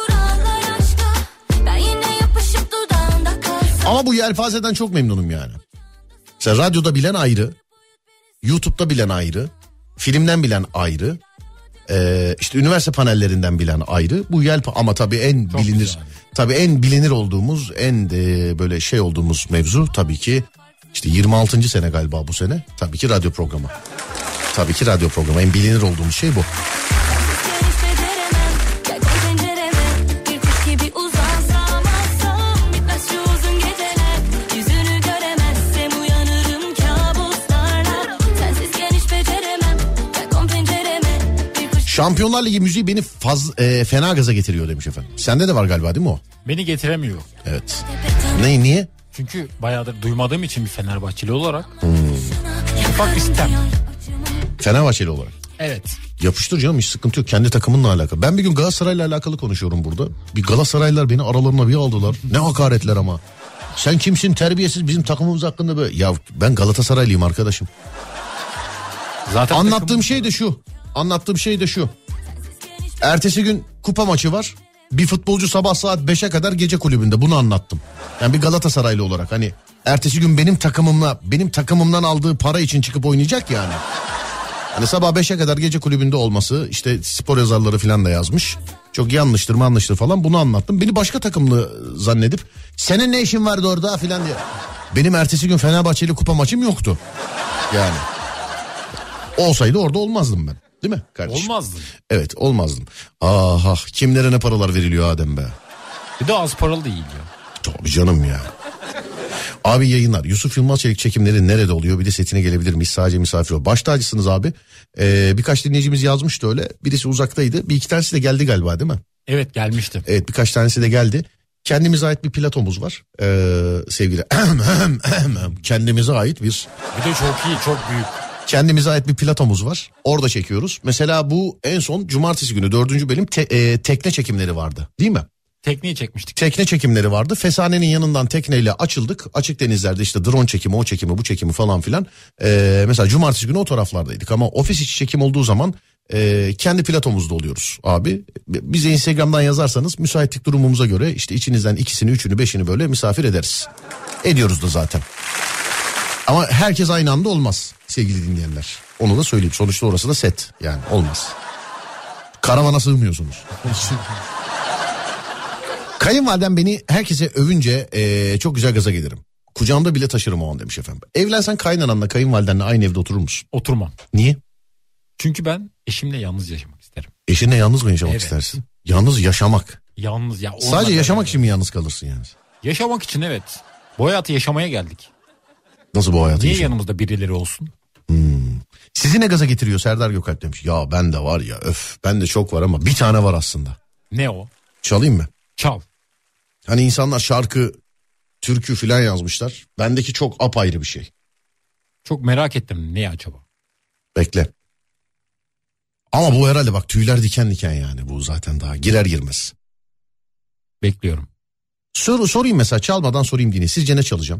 Ama bu yelpazeden çok memnunum yani. Mesela radyoda bilen ayrı. YouTube'da bilen ayrı. Filmden bilen ayrı. Ee, işte üniversite panellerinden bilen ayrı. Bu yelpa ama tabii en Çok bilinir. güzel. Tabii en bilinir olduğumuz, en de böyle şey olduğumuz mevzu tabii ki işte yirmi altıncı sene galiba bu sene. Tabii ki radyo programı. Tabii ki radyo programı. En bilinir olduğumuz şey bu. Şampiyonlar Ligi müziği beni faz, e, fena gaza getiriyor demiş efendim. Sende de var galiba değil mi o? Beni getiremiyor. Evet. Ne, niye? Çünkü bayağıdır duymadığım için bir Fenerbahçeli olarak. Hmm. Ufak bir sitem. Fenerbahçeli olarak. Evet. Yapıştır canım, hiç sıkıntı yok, kendi takımınla alakalı. Ben bir gün Galatasaray'la alakalı konuşuyorum burada. Bir Galatasaraylılar beni aralarına bir aldılar. Ne hakaretler ama. Sen kimsin terbiyesiz, bizim takımımız hakkında böyle. Ya ben Galatasaraylıyım arkadaşım. Zaten Anlattığım takım... şey de şu. Anlattığım şey de şu. Ertesi gün kupa maçı var. Bir futbolcu sabah saat beşe kadar gece kulübünde, bunu anlattım. Yani bir Galatasaraylı olarak hani ertesi gün benim takımımla, benim takımımdan aldığı para için çıkıp oynayacak yani. Hani sabah beşe kadar gece kulübünde olması, işte spor yazarları falan da yazmış. Çok yanlıştır manlıştır falan, bunu anlattım. Beni başka takımlı zannedip senin ne işin vardı orada falan diye. Benim ertesi gün Fenerbahçeli kupa maçım yoktu. Yani olsaydı orada olmazdım ben. Değil mi kardeşim? Olmazdın. Evet, olmazdım. Aha, kimlere ne paralar veriliyor Adem be. Bir de az paralı değil ya. Tabii canım ya. Abi yayınlar. Yusuf Yılmaz Çelik çekimleri nerede oluyor? Bir de setine gelebilir miyiz? Sadece misafir ol. Baş tacısınız abi. Ee, birkaç dinleyicimiz yazmıştı öyle. Birisi uzaktaydı. Bir iki tanesi de geldi galiba, değil mi? Evet, gelmişti. Evet, birkaç tanesi de geldi. Kendimize ait bir platomuz var. Ee, sevgili. Kendimize ait bir. Bir de çok iyi, çok büyük. Kendimize ait bir platomuz var. Orada çekiyoruz. Mesela bu en son cumartesi günü dördüncü bölüm te, e, tekne çekimleri vardı. Değil mi? Tekneyi çekmiştik. Tekne çekimleri vardı. Fesanenin yanından tekneyle açıldık. Açık denizlerde işte drone çekimi, o çekimi, bu çekimi falan filan. Ee, mesela cumartesi günü o taraflardaydık. Ama ofis içi çekim olduğu zaman e, kendi platomuzda oluyoruz abi. Bize Instagram'dan yazarsanız müsaitlik durumumuza göre işte içinizden ikisini, üçünü, beşini böyle misafir ederiz. Ediyoruz da zaten. Ama herkes aynı anda olmaz sevgili dinleyenler. Onu da söyleyeyim. Sonuçta orası da set, yani olmaz. Karavana sığmıyorsunuz. Kayınvalidem beni herkese övünce ee, çok güzel gaza gelirim. Kucağımda bile taşırım o an demiş efendim. Evlensen kaynananla kayınvalidenle aynı evde oturur musun? Oturmam. Niye? Çünkü ben eşimle yalnız yaşamak isterim. Eşinle yalnız mı yaşamak Evet. istersin? Yalnız yaşamak. Yalnız ya. Sadece olmadan- yaşamak için mi yalnız kalırsın yani? Yaşamak için, evet. Bu hayatı yaşamaya geldik. Nasıl bu hayatı Niye yaşamak? yanımızda birileri olsun? Hmm. Sizi ne gaza getiriyor Serdar Gökalp demiş. Ya ben de var ya, öf, ben de çok var ama bir tane var aslında. Ne o? Çalayım mı? Çal. Hani insanlar şarkı, türkü filan yazmışlar. Bendeki çok apayrı bir şey. Çok merak ettim, ne acaba? Bekle. Ama bu herhalde bak tüyler diken diken yani, bu zaten daha girer girmez. Bekliyorum. Sor, sorayım mesela, çalmadan sorayım yine. Sizce ne çalacağım?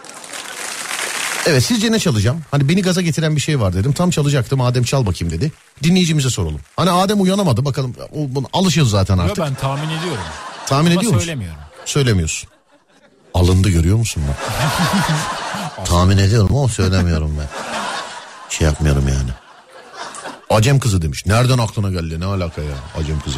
Evet, sizce ne çalacağım? Hani beni gaza getiren bir şey var dedim. Tam çalacaktım, Adem çal bakayım dedi. Dinleyicimize soralım. Hani Adem uyanamadı bakalım. O, bunu alışıyoruz zaten artık. Yo, ben tahmin ediyorum. Tahmin Ama ediyor musun? söylemiyorum. Söylemiyorsun. Alındı, görüyor musun bak? Tahmin ediyorum ama söylemiyorum ben. Şey yapmıyorum yani. Acem kızı demiş. Nereden aklına geldi? Ne alaka ya Acem kızı?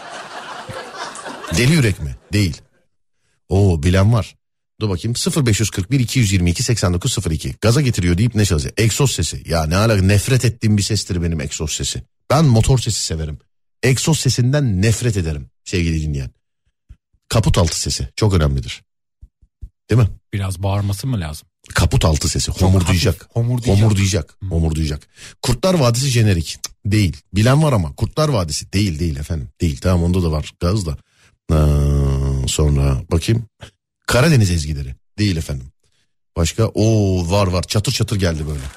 Deli yürek mi? Değil. Oo, bilen var. Dur bakayım. sıfır beş kırk bir iki yüz yirmi iki seksen dokuz sıfır iki. Gaza getiriyor deyip ne çalacak? Egzoz sesi. Ya ne alaka? Nefret ettiğim bir sestir benim egzoz sesi. Ben motor sesi severim. Egzoz sesinden nefret ederim sevgili dinleyen. Kaput altı sesi çok önemlidir. Değil mi? Biraz bağırması mı lazım? Kaput altı sesi. Homurdayacak. hafif, homurdayacak. Homurdayacak. Homurdayacak. Kurtlar Vadisi jenerik. Cık, değil. Bilen var ama Kurtlar Vadisi değil değil efendim. Değil. Tamam, onda da var gaz da. Ee, sonra bakayım. Karadeniz ezgileri. Değil efendim. Başka? Oo, var var. Çatır çatır geldi böyle.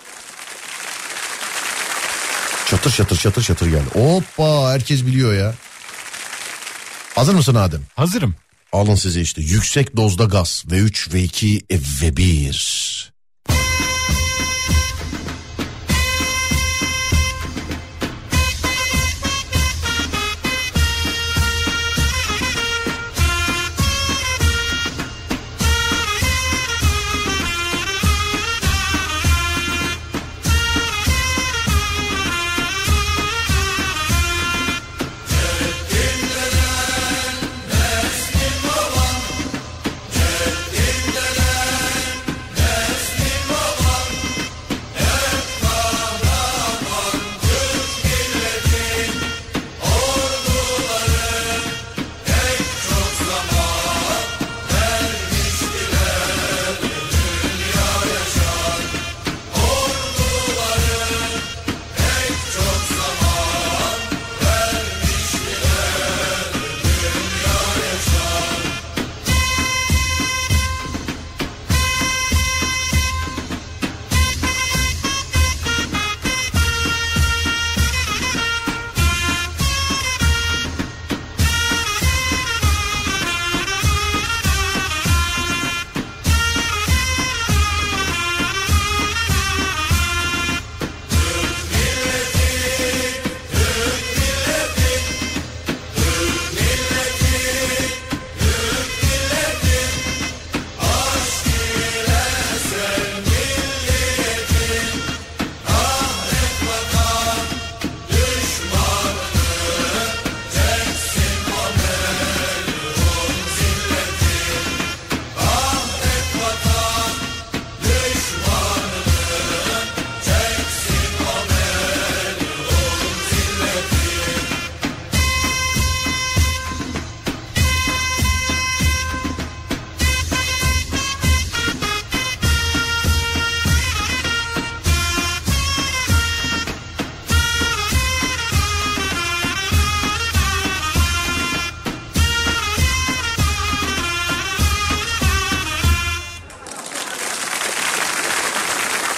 Çatır çatır çatır çatır geldi. Hoppa, herkes biliyor ya. Hazır mısın Adem? Hazırım. Alın size işte yüksek dozda gaz. V üç, V iki, V bir.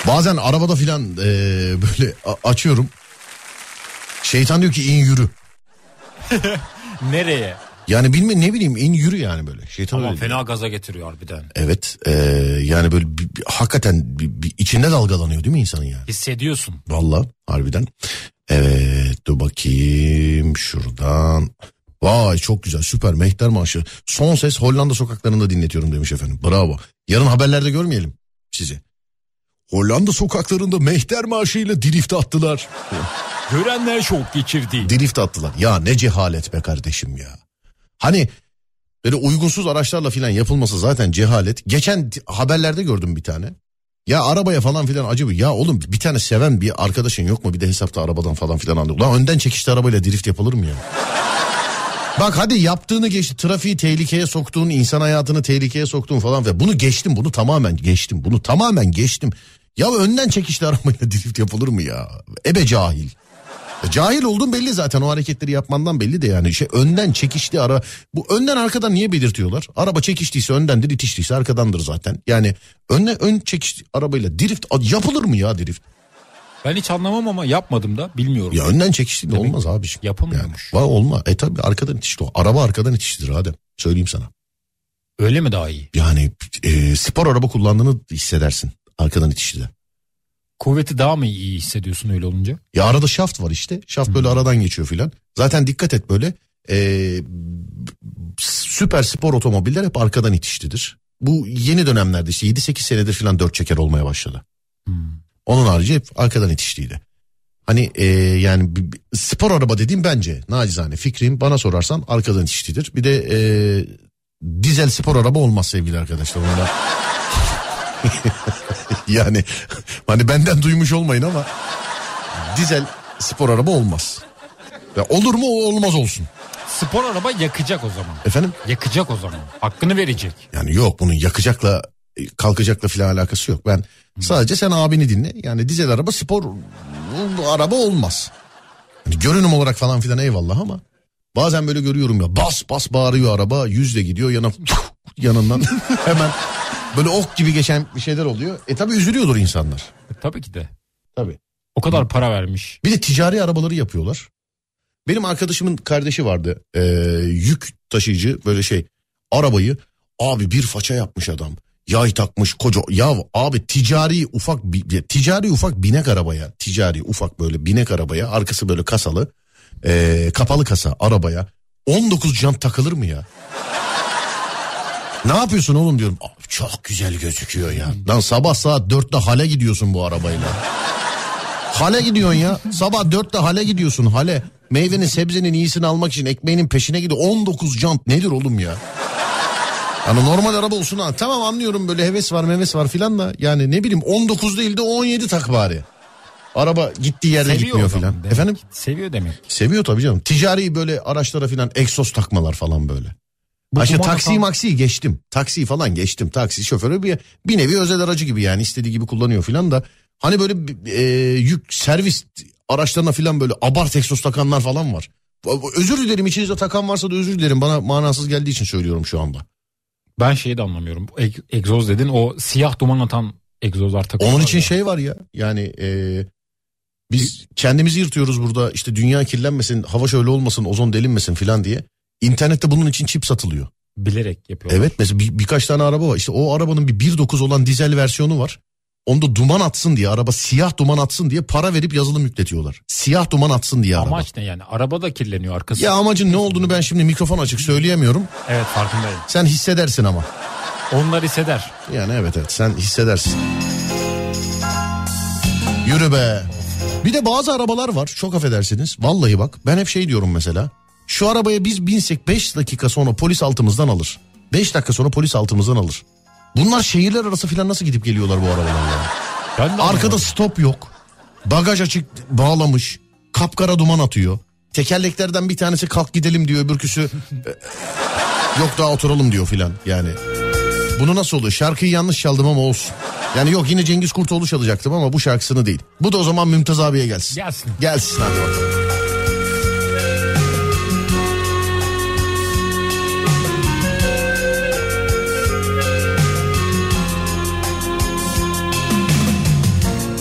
Bazen arabada filan e, böyle a- açıyorum. Şeytan diyor ki in yürü. Nereye? Yani bilmiyorum, ne bileyim, in yürü yani böyle. Şeytan Ama öyle fena diyor. gaza getiriyor harbiden. Evet e, yani böyle bir, bir, hakikaten bir, bir içinde dalgalanıyor değil mi insanın yani? Hissediyorsun. Vallahi harbiden. Evet dur bakayım şuradan. Vay çok güzel, süper, Mehter Marşı. Son ses Hollanda sokaklarında dinletiyorum demiş efendim. Bravo. Yarın haberlerde görmeyelim sizi. Hollanda sokaklarında Mehter Marşı'yla drift attılar. Görenler şok geçirdi. Drift attılar. Ya ne cehalet be kardeşim ya. Hani böyle uygunsuz araçlarla filan yapılması zaten cehalet. Geçen haberlerde gördüm bir tane. Ya arabaya falan filan acaba, ya oğlum bir tane seven bir arkadaşın yok mu? Bir de hesapta arabadan falan filan alıyor. Ulan önden çekişli arabayla drift yapılır mı ya? Bak hadi yaptığını geçti, trafiği tehlikeye soktuğun, insan hayatını tehlikeye soktuğun falan filan. Bunu geçtim, bunu tamamen geçtim, bunu tamamen geçtim. Ya önden çekişli arabayla drift yapılır mı ya? Ebe cahil. Ya cahil olduğun belli zaten, o hareketleri yapmandan belli de yani. Şey, önden çekişli ara, bu önden arkadan niye belirtiyorlar? Araba çekiştiyse öndendir, itiştiyse arkadandır zaten. Yani önle ön çekişli arabayla drift yapılır mı ya drift? Ben hiç anlamam ama yapmadım da bilmiyorum. Ya önden çekişli de olmaz abiciğim. Yapılmıyormuş. Yani, olma. E tabi arkadan itişli o. Araba arkadan itişlidir Adem. Söyleyeyim sana. Öyle mi daha iyi? Yani e, spor araba kullandığını hissedersin arkadan itişlide. Kuvveti daha mı iyi hissediyorsun öyle olunca? Ya arada şaft var işte. Şaft böyle hmm. aradan geçiyor filan. Zaten dikkat et böyle. E, süper spor otomobiller hep arkadan itişlidir. Bu yeni dönemlerde işte yedi sekiz senedir filan dört çeker olmaya başladı. Hmm. Onun harici hep arkadan itişliydi. Hani e, yani b- b- spor araba dediğim bence nacizane fikrim, bana sorarsan arkadan itişlidir. Bir de e, dizel spor araba olmaz sevgili arkadaşlar. Onda... yani hani benden duymuş olmayın ama dizel spor araba olmaz. Ya olur mu, olmaz olsun. Spor araba yakacak o zaman. Efendim? Yakacak o zaman. Hakkını verecek. Yani yok, bunun yakacakla kalkacakla filan alakası yok. Ben hmm. sadece sen abini dinle. Yani dizel araba spor araba olmaz. Yani görünüm olarak falan filan eyvallah ama bazen böyle görüyorum ya, bas bas bağırıyor araba, yüzle gidiyor yana yanından hemen böyle ok gibi geçen bir şeyler oluyor. E tabi üzülüyordur insanlar. E, tabii ki de. Tabii. O kadar para vermiş. Bir de ticari arabaları yapıyorlar. Benim arkadaşımın kardeşi vardı. Ee, yük taşıyıcı böyle şey. Arabayı abi bir faça yapmış adam. Yay takmış koca. Ya abi ticari ufak ticari ufak binek arabaya. Ticari ufak böyle binek arabaya. Arkası böyle kasalı. Ee, kapalı kasa arabaya. on dokuz jant takılır mı ya? Ne yapıyorsun oğlum diyorum. Abi çok güzel gözüküyor ya. Lan sabah saat dörtte hale gidiyorsun bu arabayla. Hale gidiyorsun ya. Sabah dörtte hale gidiyorsun hale. Meyvenin sebzenin iyisini almak için ekmeğinin peşine gidiyor. on dokuz jant nedir oğlum ya? Yani normal araba olsun ha. Tamam anlıyorum, böyle heves var meves var filan da. Yani ne bileyim on dokuz değil de on yedi tak bari. Araba gittiği yerde seviyor gitmiyor filan. Efendim? Seviyor demek. Seviyor tabii canım. Ticari böyle araçlara filan egzoz takmalar falan böyle. Ayşe taksi falan... maksiyi geçtim. Taksi falan geçtim. Taksi şoförü bir, bir nevi özel aracı gibi yani, istediği gibi kullanıyor filan da. Hani böyle e, yük servis araçlarına filan böyle abart egzoz takanlar falan var. Özür dilerim, içinizde takan varsa da özür dilerim. Bana manasız geldiği için söylüyorum şu anda. Ben şeyi de anlamıyorum. Eg- egzoz dedin, o siyah duman atan egzozlar takıyorlar. Onun için ya. şey var ya yani e, biz kendimizi yırtıyoruz burada, işte dünya kirlenmesin, hava şöyle olmasın, ozon delinmesin filan diye. İnternette bunun için çip satılıyor. Bilerek yapıyorlar. Evet mesela bir, birkaç tane araba var. İşte o arabanın bir bir dokuz olan dizel versiyonu var. Onda duman atsın diye, araba siyah duman atsın diye para verip yazılım yükletiyorlar. Siyah duman atsın diye araba. Amaç ne yani? Araba da kirleniyor arkası. Ya amacın ne olduğunu ben şimdi mikrofon açık söyleyemiyorum. Evet, farkındayım. Sen hissedersin ama. Onlar hisseder. Yani evet evet sen hissedersin. Yürü be. Bir de bazı arabalar var, çok affedersiniz. Vallahi bak ben hep şey diyorum mesela. Şu arabaya biz binsek beş dakika sonra polis altımızdan alır. beş dakika sonra polis altımızdan alır. Bunlar şehirler arası filan nasıl gidip geliyorlar bu arabalarla? Arkada anladım. Stop yok. Bagaj açık bağlamış. Kapkara duman atıyor. Tekerleklerden bir tanesi kalk gidelim diyor, öbürküsü yok daha oturalım diyor filan yani. Bunu nasıl oluyor? Şarkıyı yanlış çaldım ama olsun. Yani yok, yine Cengiz Kurtoğlu çalacaktım ama bu şarkısını değil. Bu da o zaman Mümtaz abiye gelsin. Gelsin. Gelsin hadi bakalım.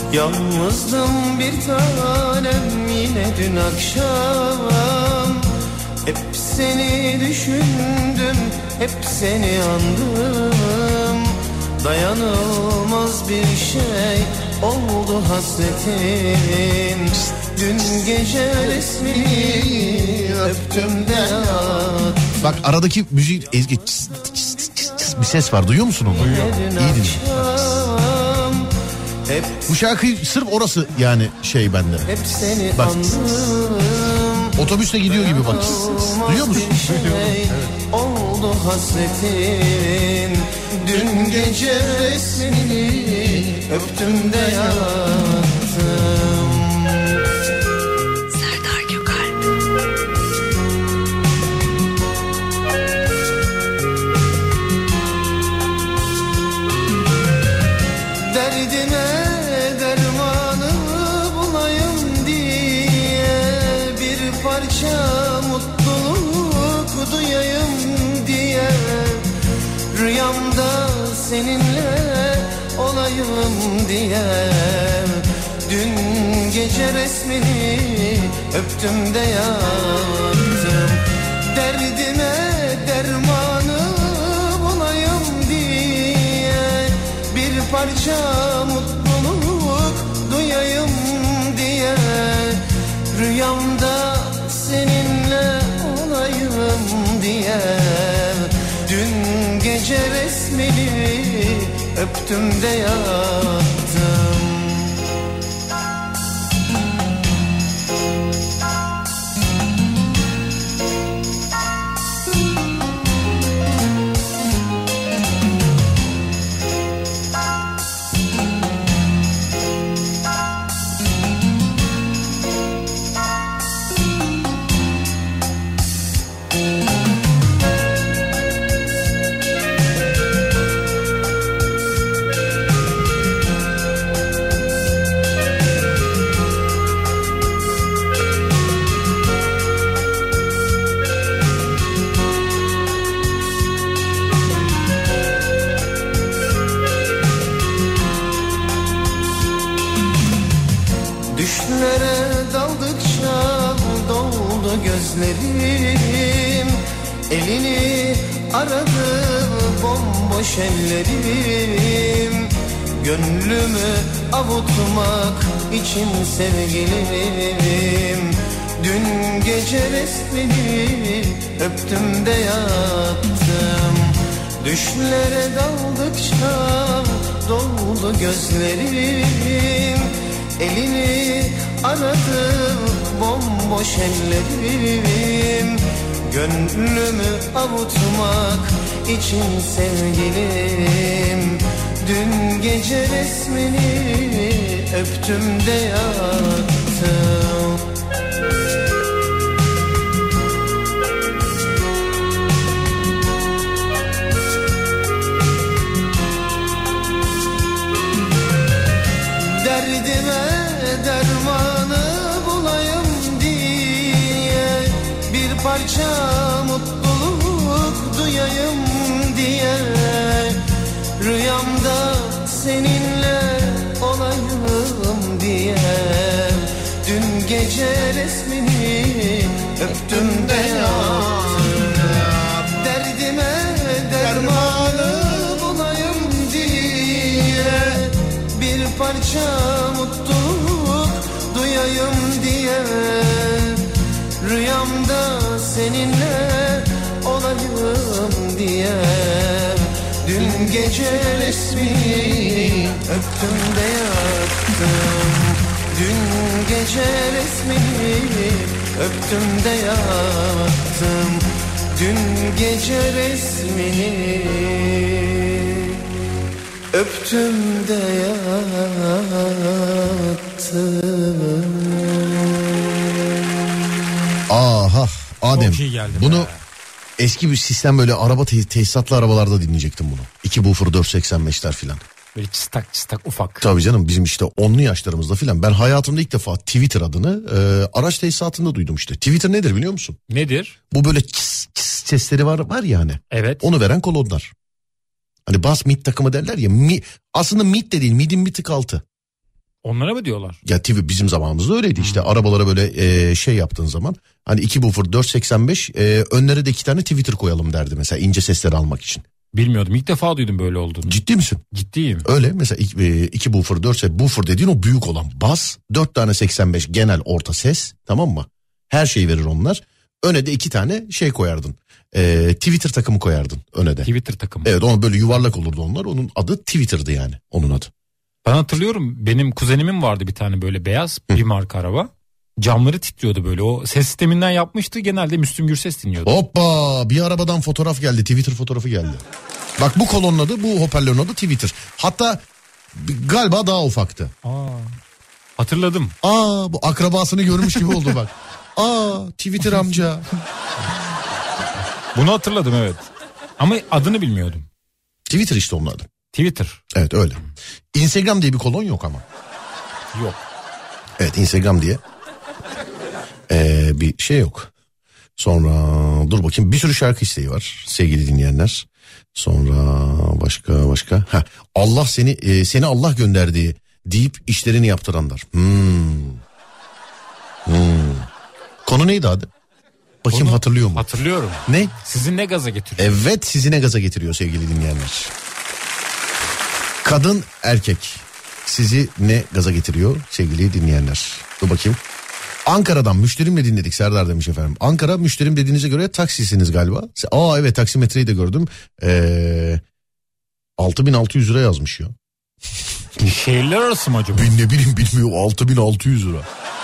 Yalnızdım bir tanem yine dün akşam. Hep seni düşündüm, hep seni andım. Dayanılmaz bir şey oldu hasretin. Dün gece resmini öptüm de yattım. Bak aradaki müziği Ezgi çıs, çıs, çıs, çıs, bir ses var, duyuyor musun onu? Duyuyor. İyi dinle. Bu şarkı sırf orası yani şey bende. Hep seni bak. Andım. Otobüste gidiyor gibi bak. Duyuyor musun? Şey oldu hasretin. Dün gece resmini öptüm de yattım. Serdar Gökalp. Derdime dermanı bulayım diye, bir parça mutluluk duyayım diye, rüyamda seninle olayım diye, dün gece resmini öptüm de yattım. Derdime dermanı bulayım diye, bir parça mutluluk duyayım diye, rüyamda seninle olayım diye, dün gece resmini öptüm de yattım. Düşlere daldıkça doldu gözlerim. Elini aradı bomboş ellerim. Gönlümü avutmak için sevgilim. Dün gece resmini öptüm de yattım. Düşlere daldıkça doldu gözlerim. Elini aradı bomboş ellerim. Gönlümü avutmak için sevgilim. Dün gece resmini öptüm de yattım. Derdime dermanı bulayım diye, bir parça mutluluk duyayım diye, rüyamda seninle olayım diye, dün gece resmini öptüm de yattım. Derdime dermanı bulayım diye, bir parça mutluluk duyayım diye, rüyamda seninle olayım diye, dün gece resmini öptüm de yattım. Dün gece resmini öptüm de yattım. Dün gece resmini öptüm de yattım. Aha Adem, Çok iyi geldi bunu be. eski bir sistem, böyle araba te- tesisatlı arabalarda dinleyecektim bunu. İki buffer dört seksen beşler filan. Böyle çıstak çıstak ufak. Tabii canım, bizim işte onlu yaşlarımızda filan. Ben hayatımda ilk defa Twitter adını e, araç tesisatında duydum işte. Twitter nedir biliyor musun? Nedir? Bu böyle çıs çıs sesleri var var ya hani. Evet. Onu veren kolonlar. Hani bas mid takımı derler ya. Mi, aslında mid de değil, midin bir tık altı. Onlara mı diyorlar? Ya T V bizim zamanımızda öyleydi işte. Hmm. Arabalara böyle e, şey yaptığın zaman hani iki woofer dört seksen beş e, önlere de iki tane tweeter koyalım derdi mesela ince sesleri almak için. Bilmiyordum. İlk defa duydum böyle olduğunu. Ciddi misin? Ciddiyim. Öyle mesela iki, e, iki woofer dört ses. Woofer dediğin o büyük olan bas. Dört tane seksen beş genel orta ses, tamam mı? Her şeyi verir onlar. Öne de iki tane şey koyardın. E, Twitter takımı koyardın öne de. Twitter takımı. Evet, onu böyle yuvarlak olurdu onlar. Onun adı Twitter'dı yani, onun adı. Ben hatırlıyorum, benim kuzenimin vardı bir tane böyle beyaz Hı. bir marka araba. Camları titriyordu böyle, o ses sisteminden yapmıştı, genelde Müslüm Gürses dinliyordu. Hoppa, bir arabadan fotoğraf geldi, Twitter fotoğrafı geldi. Bak bu kolonun adı, bu hoparlörün adı Twitter. Hatta galiba daha ufaktı. Aa, hatırladım. Aa, bu akrabasını görmüş gibi oldu bak. Aa, Twitter amca. Bunu hatırladım, evet. Ama adını bilmiyordum. Twitter işte onun adı. Twitter. Evet öyle. Instagram diye bir kolon yok ama. Yok. Evet, Instagram diye ee, bir şey yok. Sonra dur bakayım, bir sürü şarkı isteği var sevgili dinleyenler. Sonra başka başka. Heh, Allah seni e, seni Allah gönderdi deyip işlerini yaptıranlar. Hmm. Hmm. Konu neydi adı? Bakayım, Konu, hatırlıyor mu? Hatırlıyorum. Ne? Sizi ne gaza getiriyor? Evet, sizi ne gaza getiriyor sevgili dinleyenler. Kadın erkek sizi ne gaza getiriyor sevgili dinleyenler? Dur bakayım. Ankara'dan müşterimle dinledik, Serdar demiş efendim. Ankara, müşterim dediğinize göre taksisiniz galiba. Aa evet, taksimetreyi de gördüm. Ee, altı bin altı yüz lira yazmış ya. Şehirler arası mı acaba? Ben ne bileyim, bilmiyorum, altı bin altı yüz lira.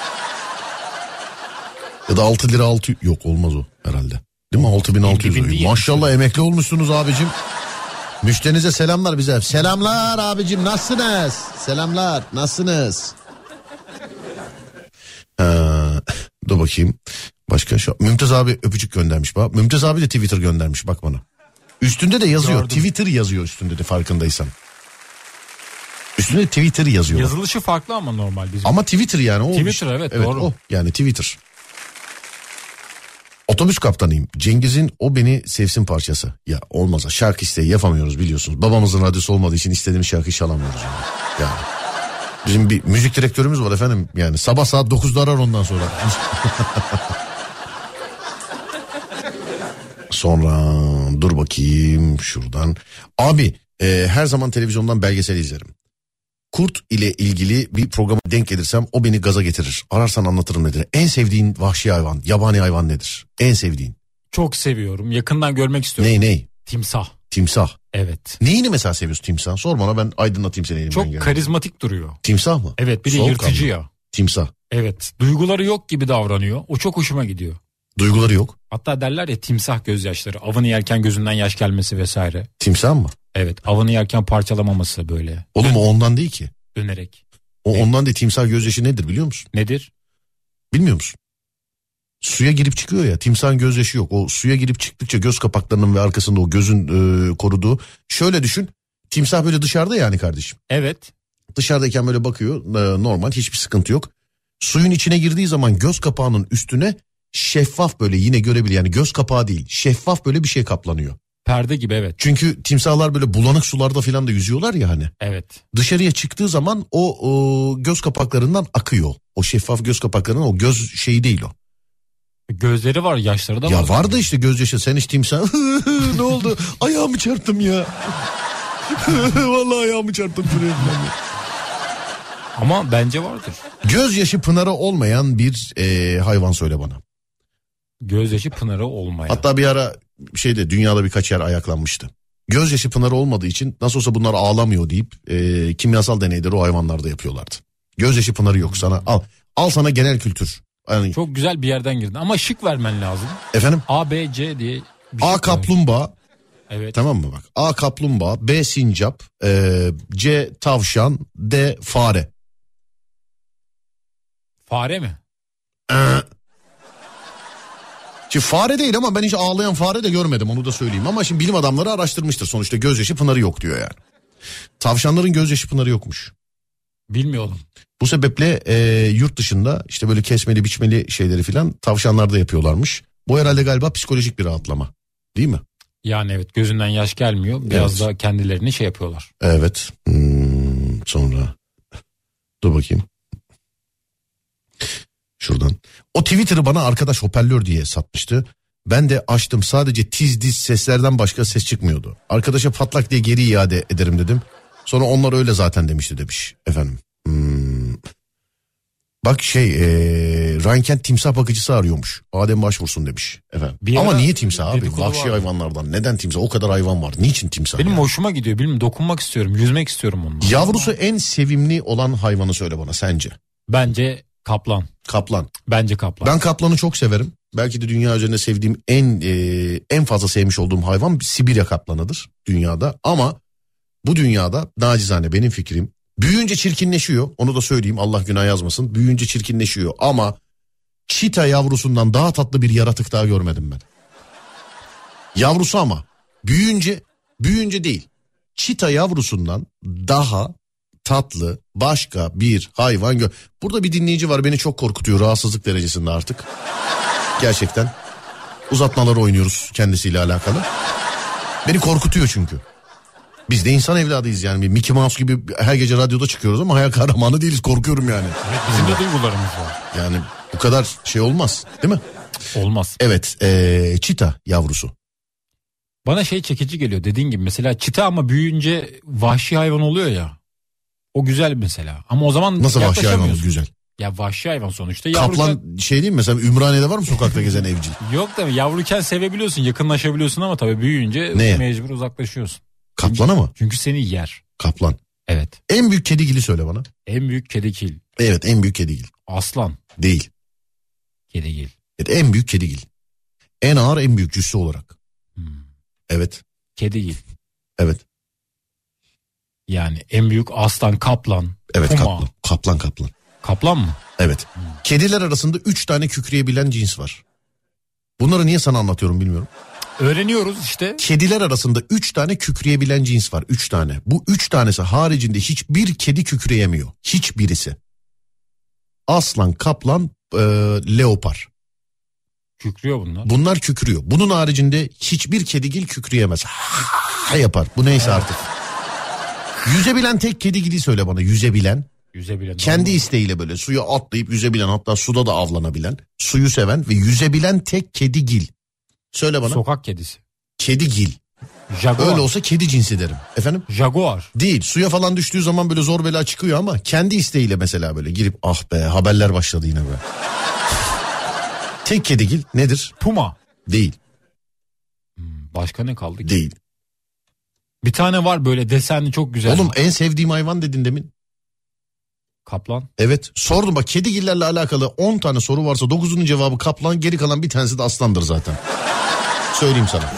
Ya da altı lira altı, yok olmaz o herhalde. Değil mi, altı bin altı yüz lira. Maşallah emekli olmuşsunuz abicim. Müşterinize selamlar bize. Selamlar abicim, nasılsınız? Selamlar, nasılsınız? Ee, dur bakayım. Başka şu. Mümtaz abi öpücük göndermiş bak. Mümtaz abi de Twitter göndermiş bak bana. Üstünde de yazıyor. Gördüm. Twitter yazıyor üstünde de, farkındaysan. Üstünde Twitter yazıyor. Yazılışı farklı ama normal bizim. Ama Twitter yani o. Twitter evet, evet doğru. O yani Twitter. Otobüs kaptanıyım. Cengiz'in O Beni Sevsin parçası. Ya olmazsa şarkı isteği yapamıyoruz biliyorsunuz. Babamızın radyosu olmadığı için istediğimiz şarkıyı çalamıyoruz yani. Yani. Bizim bir müzik direktörümüz var efendim. Yani sabah saat dokuzda arar ondan sonra. Sonra dur bakayım şuradan. Abi e, her zaman televizyondan belgesel izlerim. Kurt ile ilgili bir programa denk gelirsem o beni gaza getirir. Ararsan anlatırım nedir. En sevdiğin vahşi hayvan, yabani hayvan nedir? En sevdiğin. Çok seviyorum. Yakından görmek istiyorum. Ney ney? Timsah. Timsah. Evet. Neyini mesela seviyorsun timsah? Sor bana, ben aydınlatayım seni. Çok karizmatik duruyor. Timsah mı? Evet, bir de Soğuk yırtıcı kanlı. ya. Timsah. Evet. Duyguları yok gibi davranıyor. O çok hoşuma gidiyor. Duyguları yok. Hatta derler ya, timsah gözyaşları. Avını yerken gözünden yaş gelmesi vesaire. Timsah mı? Evet. Avını yerken parçalamaması böyle. Oğlum Dön- o ondan değil ki. Dönerek. O evet. Ondan değil. Timsah gözyaşı nedir biliyor musun? Nedir? Bilmiyor musun? Suya girip çıkıyor ya, timsahın gözyaşı yok. O suya girip çıktıkça göz kapaklarının ve arkasında o gözün e, koruduğu. Şöyle düşün, timsah böyle dışarıda yani kardeşim. Evet. Dışarıdayken böyle bakıyor, e, normal, hiçbir sıkıntı yok. Suyun içine girdiği zaman göz kapağının üstüne şeffaf böyle, yine görebilir yani, göz kapağı değil, şeffaf böyle bir şey kaplanıyor. Perde gibi, evet. Çünkü timsahlar böyle bulanık sularda falan da yüzüyorlar ya hani. Evet. Dışarıya çıktığı zaman o, o göz kapaklarından akıyor. O şeffaf göz kapaklarından, o göz şeyi değil o. Gözleri var, yaşları da var. Ya var da işte gözyaşı, sen hiç timsah ne oldu, ayağımı çarptım ya. Vallahi ayağımı çarptım şuraya. Ama bence vardır. Gözyaşı pınarı olmayan bir e, hayvan söyle bana. Gözyaşı pınarı olmayan. Hatta bir ara şeyde, dünyada birkaç yer ayaklanmıştı. Gözyaşı pınarı olmadığı için nasıl olsa bunlar ağlamıyor deyip e, kimyasal deneyleri o hayvanlarda yapıyorlardı. Gözyaşı pınarı yok, sana al. Al sana genel kültür. Yani... Çok güzel bir yerden girdin ama şık vermen lazım. Efendim? A, B, C diye bir A kaplumbağa. Evet. Tamam mı bak? A kaplumbağa, B sincap, e, C tavşan, D fare. Fare mi? Ee, şimdi fare değil ama ben hiç ağlayan fare de görmedim, onu da söyleyeyim. Ama şimdi bilim adamları araştırmıştır sonuçta, gözyaşı pınarı yok diyor yani. Tavşanların gözyaşı pınarı yokmuş. Bilmiyordum. Bu sebeple e, yurt dışında işte böyle kesmeli biçmeli şeyleri filan tavşanlarda yapıyorlarmış. Bu herhalde galiba psikolojik bir rahatlama, değil mi? Yani evet, gözünden yaş gelmiyor. Biraz evet. da kendilerini şey yapıyorlar. Evet. Hmm, sonra Dur bakayım. Şuradan. O Twitter'ı bana arkadaş hoparlör diye satmıştı. Ben de açtım, sadece tiz diz seslerden başka ses çıkmıyordu. Arkadaşa patlak diye geri iade ederim dedim. Sonra onlar öyle zaten demişti demiş efendim. Hmm. Bak şey ee, Rhein-Kent timsah bakıcısı arıyormuş. Adem başvursun demiş efendim. Bir Ama ara niye timsah abi? dedikodu Vahşi vardı. hayvanlardan. Neden timsah? O kadar hayvan var. Niçin timsah? Benim yani? hoşuma gidiyor. Bilmiyorum, dokunmak istiyorum. Yüzmek istiyorum onunla. Yavrusu en sevimli olan hayvanı söyle bana sence. Bence kaplan. Kaplan. Bence kaplan. Ben kaplanı çok severim. Belki de dünya üzerinde sevdiğim en e, en fazla sevmiş olduğum hayvan Sibirya kaplanıdır dünyada. Ama bu dünyada nacizane benim fikrim, büyüyünce çirkinleşiyor. Onu da söyleyeyim, Allah günah yazmasın. Büyüyünce çirkinleşiyor ama çita yavrusundan daha tatlı bir yaratık daha görmedim ben. Yavrusu ama büyüyünce büyüyünce değil. Çita yavrusundan daha tatlı başka bir hayvan gör. Burada bir dinleyici var, beni çok korkutuyor, rahatsızlık derecesinde artık. Gerçekten uzatmaları oynuyoruz kendisiyle alakalı. Beni korkutuyor çünkü. Biz de insan evladıyız yani. Mickey Mouse gibi her gece radyoda çıkıyoruz ama hayal kahramanı değiliz, korkuyorum yani. Evet, bizim de duygularımız var. Yani bu kadar şey olmaz değil mi? Olmaz. Evet ee, çita yavrusu. Bana şey çekici geliyor dediğin gibi, mesela çita ama büyüyünce vahşi hayvan oluyor ya. O güzel mesela. Ama o zaman nasıl vahşi hayvan yaklaşamıyorsun. güzel? Ya vahşi hayvan sonuçta. Yavruken... Kaplan şey değil mi mesela, Ümraniye'de var mı sokakta gezen evcil? Yok da yavruyken sevebiliyorsun, yakınlaşabiliyorsun ama tabii büyüyünce Neye? mecbur uzaklaşıyorsun. Kaplan ama. Çünkü seni yer. Kaplan. Evet. En büyük kedigili söyle bana. En büyük kedigil. Evet, en büyük kedigil. Aslan. Değil. Kedigil. Evet, en büyük kedigil. En ağır, en büyük cüssü olarak. Hmm. Evet. Kedigil. Evet. Yani en büyük aslan, kaplan. Evet, puma. kaplan. Kaplan kaplan. Kaplan mı? Evet. Hmm. Kediler arasında üç tane kükreyebilen cins var. Bunları niye sana anlatıyorum bilmiyorum. Öğreniyoruz işte. Kediler arasında üç tane kükreyebilen cins var. Üç tane. Bu üç tanesi haricinde hiçbir kedi kükreyemiyor. Hiçbirisi. Aslan, kaplan, e, leopar. Kükrüyor bunlar. Bunlar kükrüyor. Bunun haricinde hiçbir kedigil kükreyemez. Ha yapar. Bu neyse artık. Yüzebilen tek kedigili söyle bana. Yüzebilen. Yüzebilen. Kendi isteğiyle böyle suya atlayıp yüzebilen, hatta suda da avlanabilen, suyu seven ve yüzebilen tek kedigil. Söyle bana. Sokak kedisi. Kedigil. Jaguar. Öyle olsa kedi cinsi derim. Efendim? Jaguar. Değil. Suya falan düştüğü zaman böyle zor bela çıkıyor ama kendi isteğiyle mesela böyle girip, ah be haberler başladı yine be. Tek kedigil nedir? Puma. Değil. Hmm, başka ne kaldı ki? Değil. Bir tane var böyle desenli, çok güzel. Oğlum en sevdiğim hayvan dedin demin. Kaplan. Evet, sordum bak, kedigillerle alakalı on tane soru varsa dokuzunun cevabı kaplan, geri kalan bir tanesi de aslandır zaten. Söyleyeyim sana.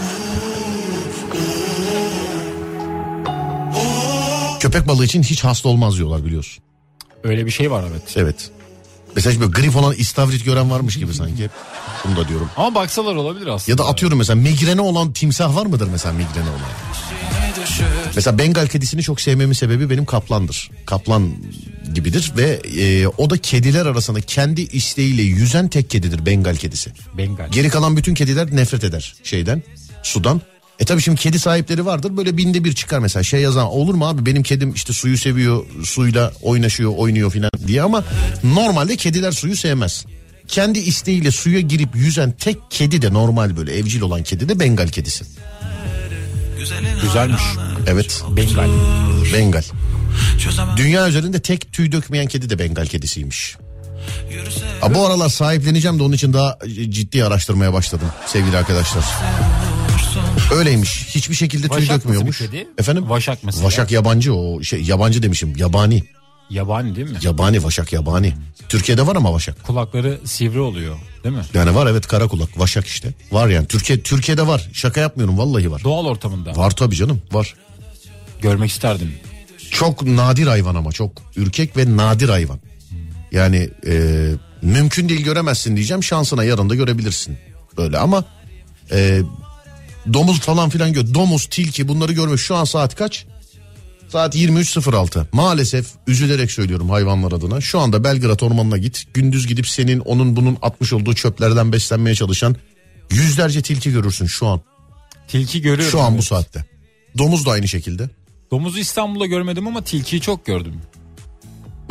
Köpek balığı için hiç hasta olmaz diyorlar, biliyorsun. Öyle bir şey var evet. Evet. Mesela böyle grip olan istavrit gören varmış gibi sanki. Bunu da diyorum. Ama baksalar olabilir aslında. Ya da atıyorum mesela migreni olan timsah var mıdır mesela, migreni olan? Mesela Bengal kedisini çok sevmemin sebebi benim kaplandır. Kaplan gibidir ve e, o da kediler arasında kendi isteğiyle yüzen tek kedidir, Bengal kedisi. Bengal. Geri kalan bütün kediler nefret eder şeyden, sudan. E tabii şimdi kedi sahipleri vardır, böyle binde bir çıkar mesela şey yazan, olur mu abi benim kedim işte suyu seviyor, suyla oynaşıyor, oynuyor filan diye, ama normalde kediler suyu sevmez. Kendi isteğiyle suya girip yüzen tek kedi de, normal böyle evcil olan kedi de Bengal kedisi. Güzelmiş. Evet. Bengal. Bengal. Dünya üzerinde tek tüy dökmeyen kedi de Bengal kedisiymiş. Ha, bu aralar sahipleneceğim de onun için daha ciddi araştırmaya başladım sevgili arkadaşlar. Öyleymiş. Hiçbir şekilde tüy Vaşak dökmüyormuş. nasıl bir kedi? Efendim? Vaşak mesela. Vaşak yabancı, o şey yabancı demişim. Yabani. Yabani değil mi? Yabani vaşak, yabani. Türkiye'de var ama vaşak. Kulakları sivri oluyor değil mi? Yani var evet, kara kulak vaşak işte. Var yani Türkiye Türkiye'de var. Şaka yapmıyorum, vallahi var. Doğal ortamında. Var tabii canım, var. Görmek isterdim. Çok nadir hayvan ama, çok ürkek ve nadir hayvan. Yani e, mümkün değil göremezsin diyeceğim, şansına yarın da görebilirsin. Böyle ama e, domuz falan filan gör. Domuz, tilki, bunları görmek. Şu an saat kaç? Saat yirmi üç sıfır altı. Maalesef üzülerek söylüyorum hayvanlar adına. Şu anda Belgrad Ormanı'na git. Gündüz gidip senin, onun, bunun atmış olduğu çöplerden beslenmeye çalışan yüzlerce tilki görürsün şu an. Tilki görüyorum. Şu an evet. bu saatte. Domuz da aynı şekilde. Domuzu İstanbul'da görmedim ama tilkiyi çok gördüm. Hı?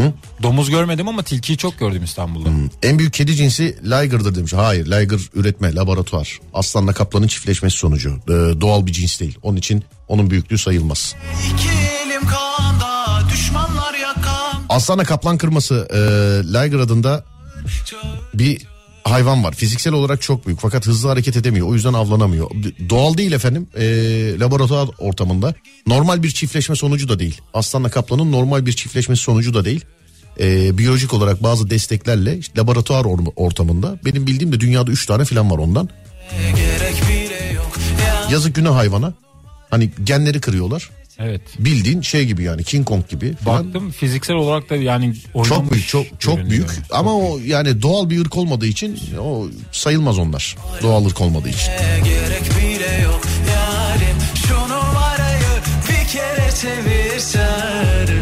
Domuz görmedim ama tilkiyi çok gördüm İstanbul'da. Hmm. En büyük kedi cinsi Liger'dır demiş. Hayır, Liger üretme, laboratuvar. Aslanla kaplanın çiftleşmesi sonucu. Ee, doğal bir cins değil. Onun için onun büyüklüğü sayılmaz. İki elim kanda, düşmanlar yakan. Aslanla kaplan kırması e, Liger adında bir hayvan var. Fiziksel olarak çok büyük fakat hızlı hareket edemiyor. O yüzden avlanamıyor. Doğal değil efendim. E, laboratuvar ortamında. Normal bir çiftleşme sonucu da değil. Aslanla kaplanın normal bir çiftleşmesi sonucu da değil. E, biyolojik olarak bazı desteklerle işte laboratuvar or- ortamında. Benim bildiğim de dünyada üç tane falan var ondan. Yazık günah hayvana. Hani genleri kırıyorlar. Evet. Bildiğin şey gibi yani King Kong gibi falan. Baktım fiziksel olarak da yani çok büyük çok çok büyük yani. Ama çok o büyük. Yani doğal bir ırk olmadığı için o sayılmaz onlar. Doğal ırk olmadığı için. Gerek bile yok yarim, şu numarayı bir kere çevirsen.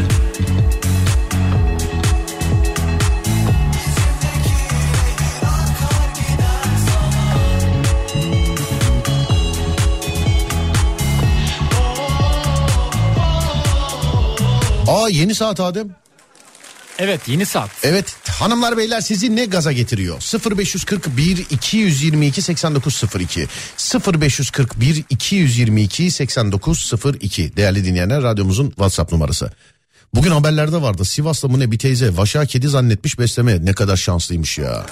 Aa yeni saat Adem. Evet yeni saat. Evet hanımlar beyler sizi ne gaza getiriyor? sıfır beş kırk bir iki yüz yirmi iki seksen dokuz sıfır iki sıfır beş kırk bir iki yüz yirmi iki seksen dokuz sıfır iki değerli dinleyenler, radyomuzun WhatsApp numarası. Bugün haberlerde vardı, Sivas'ta mı ne bir teyze vaşağı kedi zannetmiş beslemeye. Ne kadar şanslıymış ya.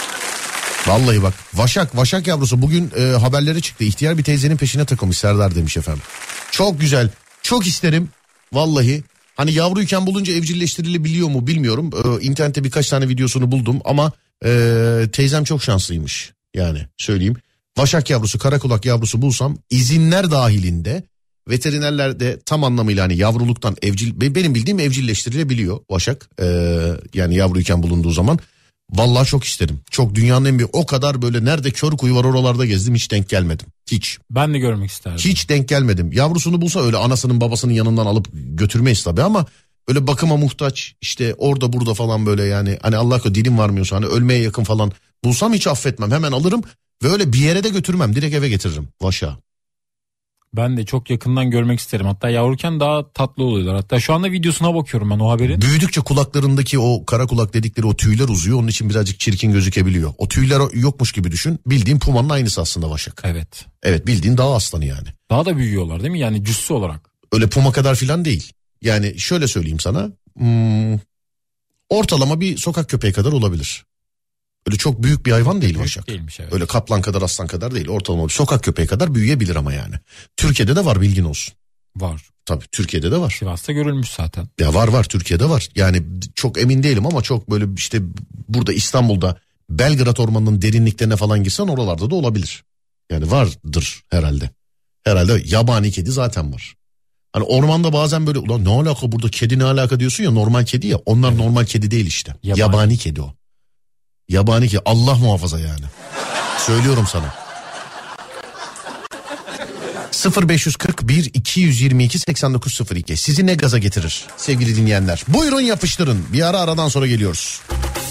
Vallahi bak vaşak vaşak yavrusu bugün e, haberleri çıktı. İhtiyar bir teyzenin peşine takılmış Serdar demiş efendim. Çok güzel, çok isterim vallahi. Hani yavruyken bulunca evcilleştirilebiliyor mu bilmiyorum. Ee, internette birkaç tane videosunu buldum ama e, teyzem çok şanslıymış. Yani söyleyeyim. Vaşak yavrusu, karakulak yavrusu bulsam izinler dahilinde veterinerler de tam anlamıyla hani yavruluktan evcil, benim bildiğim evcilleştirilebiliyor vaşak. Ee, yani yavruyken bulunduğu zaman. Vallahi çok isterim. Çok, dünyanın en büyük, o kadar böyle nerede kör kuyu var oralarda gezdim, hiç denk gelmedim. Hiç. Ben de görmek isterdim. Hiç denk gelmedim. Yavrusunu bulsa öyle anasının babasının yanından alıp götürmeyiz tabii ama öyle bakıma muhtaç işte orada burada falan böyle yani hani Allah korusun dilim varmıyorsa hani ölmeye yakın falan bulsam hiç affetmem, hemen alırım ve öyle bir yere de götürmem, direkt eve getiririm vaşa. Ben de çok yakından görmek isterim. Hatta yavruyken daha tatlı oluyorlar. Hatta şu anda videosuna bakıyorum ben o haberin. Büyüdükçe kulaklarındaki o kara kulak dedikleri o tüyler uzuyor. Onun için birazcık çirkin gözükebiliyor. O tüyler yokmuş gibi düşün. Bildiğin pumanın aynısı aslında vaşak. Evet. Evet, bildiğin dağ aslanı yani. Daha da büyüyorlar değil mi? Yani cüssü olarak. Öyle puma kadar filan değil. Yani şöyle söyleyeyim sana. Hmm, ortalama bir sokak köpeği kadar olabilir. Öyle çok büyük bir hayvan değil vaşak. Değilmiş, evet. Öyle kaplan kadar, aslan kadar değil. Ortalama bir sokak köpeği kadar büyüyebilir ama yani. Türkiye'de de var, bilgin olsun. Var. Tabii Türkiye'de de var. Sivas'ta görülmüş zaten. Ya var var Türkiye'de var. Yani çok emin değilim ama çok böyle işte burada İstanbul'da Belgrad Ormanı'nın derinliklerine falan girsen oralarda da olabilir. Yani vardır herhalde. Herhalde yabani kedi zaten var. Hani ormanda bazen böyle ulan ne alaka burada, kedi ne alaka diyorsun ya, normal kedi ya. Onlar evet. Normal kedi değil işte. Yabani, yabani kedi o. Yabani kedi, Allah muhafaza yani. Söylüyorum sana. sıfır beş kırk bir iki yüz yirmi iki seksen dokuz sıfır iki sizi ne gaza getirir sevgili dinleyenler? Buyurun yapıştırın. Bir ara aradan sonra geliyoruz.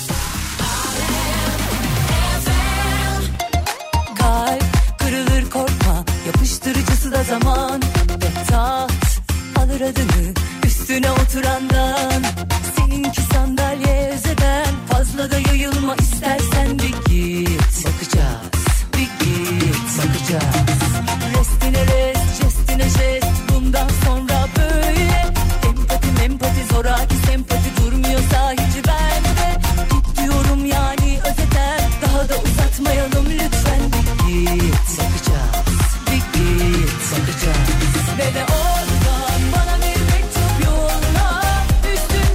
Kalp kırılır korkma, yapıştırıcısı da zaman. Ve taht alır adını üstüne oturandan. Seninki sandalye özeden, fazla da yayılma istersen bir git. Bakacağız, bir git, bakacağız. Restine rest, jestine jest, bundan sonra böyle. Empati mempati zoraki sempati durmuyorsa hiç bende. Git diyorum yani özeten, daha da uzatmayalım lütfen. Bir git, bakacağız, bir git, bakacağız. Ve de oradan bana bir mektup yolla, üstüne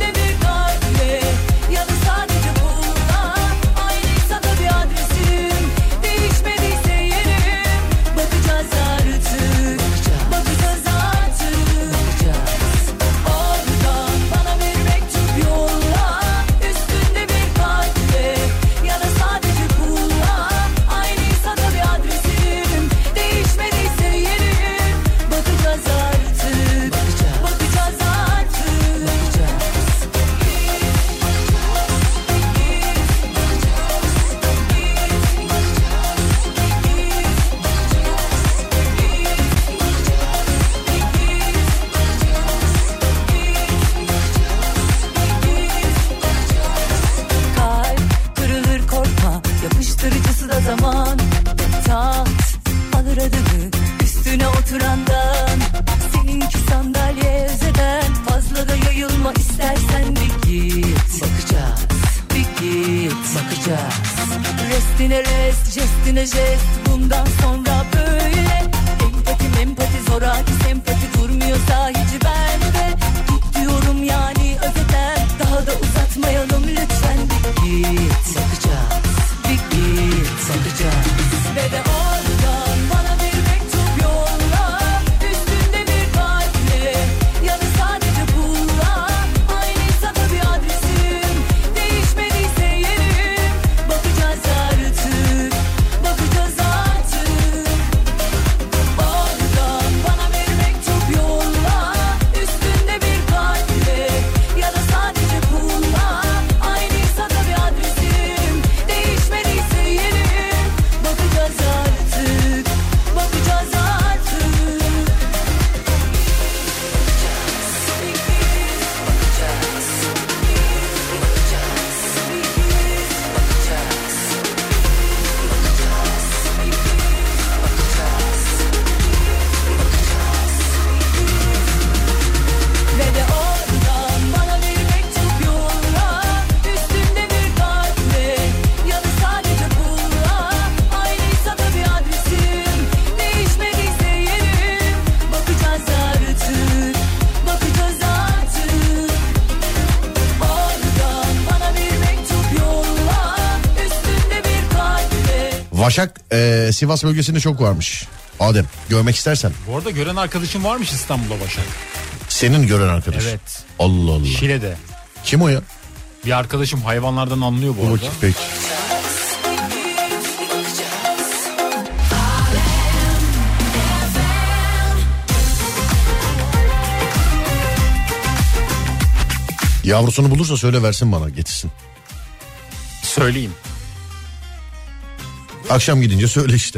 bakacağız. Restine rest, jestine jest, bundan sonra böyle. Empati mempati zoraki sempati durmuyorsa hiç bende. Git diyorum yani özeten, daha da uzatmayalım lütfen. Bir git bakacağız, bir git bakacağız. Ve de oradan bana bir mektup yolla, üstünde bir kalple ya da sadece pulla. Aynıysa da bir adresim, değişmediyse yerim. Bakacağız artık, bakacağız artık. Oradan bana bir mektup yolla, üstünde bir kalple ya da sadece pulla. Aynıysa da bir adresim, değişmediyse yerim. Bakacağız artık, bakacağız artık. Ve de oradan bana bir mektup yolla, üstünde bir kalple ya da sadece pulla. Aynıysa da bir adresim, değişmediyse yerim. Bakacağız artık, bakacağız artık. Oradan bana bir mektup yolla, üstünde bir kalple. Vaşak e, Sivas bölgesinde çok varmış. Adem görmek istersen. Bu arada gören arkadaşım varmış İstanbul'a Başak. Senin gören arkadaş. Evet. Allah Allah. Şile'de. Kim o ya? Bir arkadaşım hayvanlardan anlıyor bu Dur arada. bakayım, peki. Yavrusunu bulursa söyle versin bana, getirsin. Söyleyeyim. Akşam gidince söyle işte.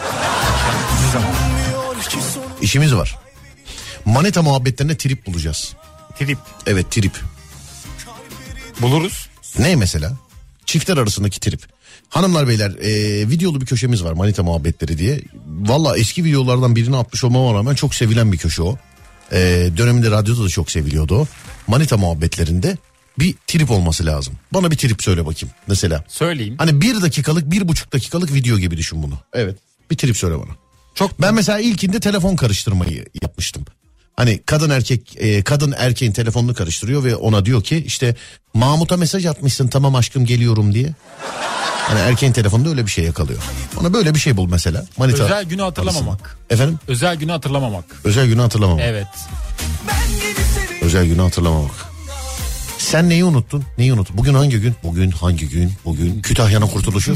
İşimiz var. Manita muhabbetlerine trip bulacağız. Trip. Evet, trip. Buluruz. Ne mesela? Çiftler arasındaki trip. Hanımlar beyler e, videolu bir köşemiz var, Manita muhabbetleri diye. Valla eski videolardan birini atmış olmama rağmen çok sevilen bir köşe o. E, döneminde radyoda da çok seviliyordu o. Manita muhabbetlerinde bir trip olması lazım. Bana bir trip söyle bakayım mesela. Söyleyeyim. Hani bir dakikalık, bir buçuk dakikalık video gibi düşün bunu. Evet. Bir trip söyle bana. Çok Ben mesela ilkinde telefon karıştırmayı yapmıştım. Hani kadın erkek e, kadın erkeğin telefonunu karıştırıyor ve ona diyor ki işte Mahmut'a mesaj atmışsın, tamam aşkım geliyorum diye. Hani erkeğin telefonunda öyle bir şey yakalıyor. Ona böyle bir şey bul mesela. Manita özel günü hatırlamamak. arasında. Efendim? Özel günü hatırlamamak. Özel günü hatırlamamak. Evet. Özel günü hatırlamamak. Sen neyi unuttun? Neyi unuttun? Bugün hangi gün? Bugün hangi gün? Bugün Kütahya'nın kurtuluşu.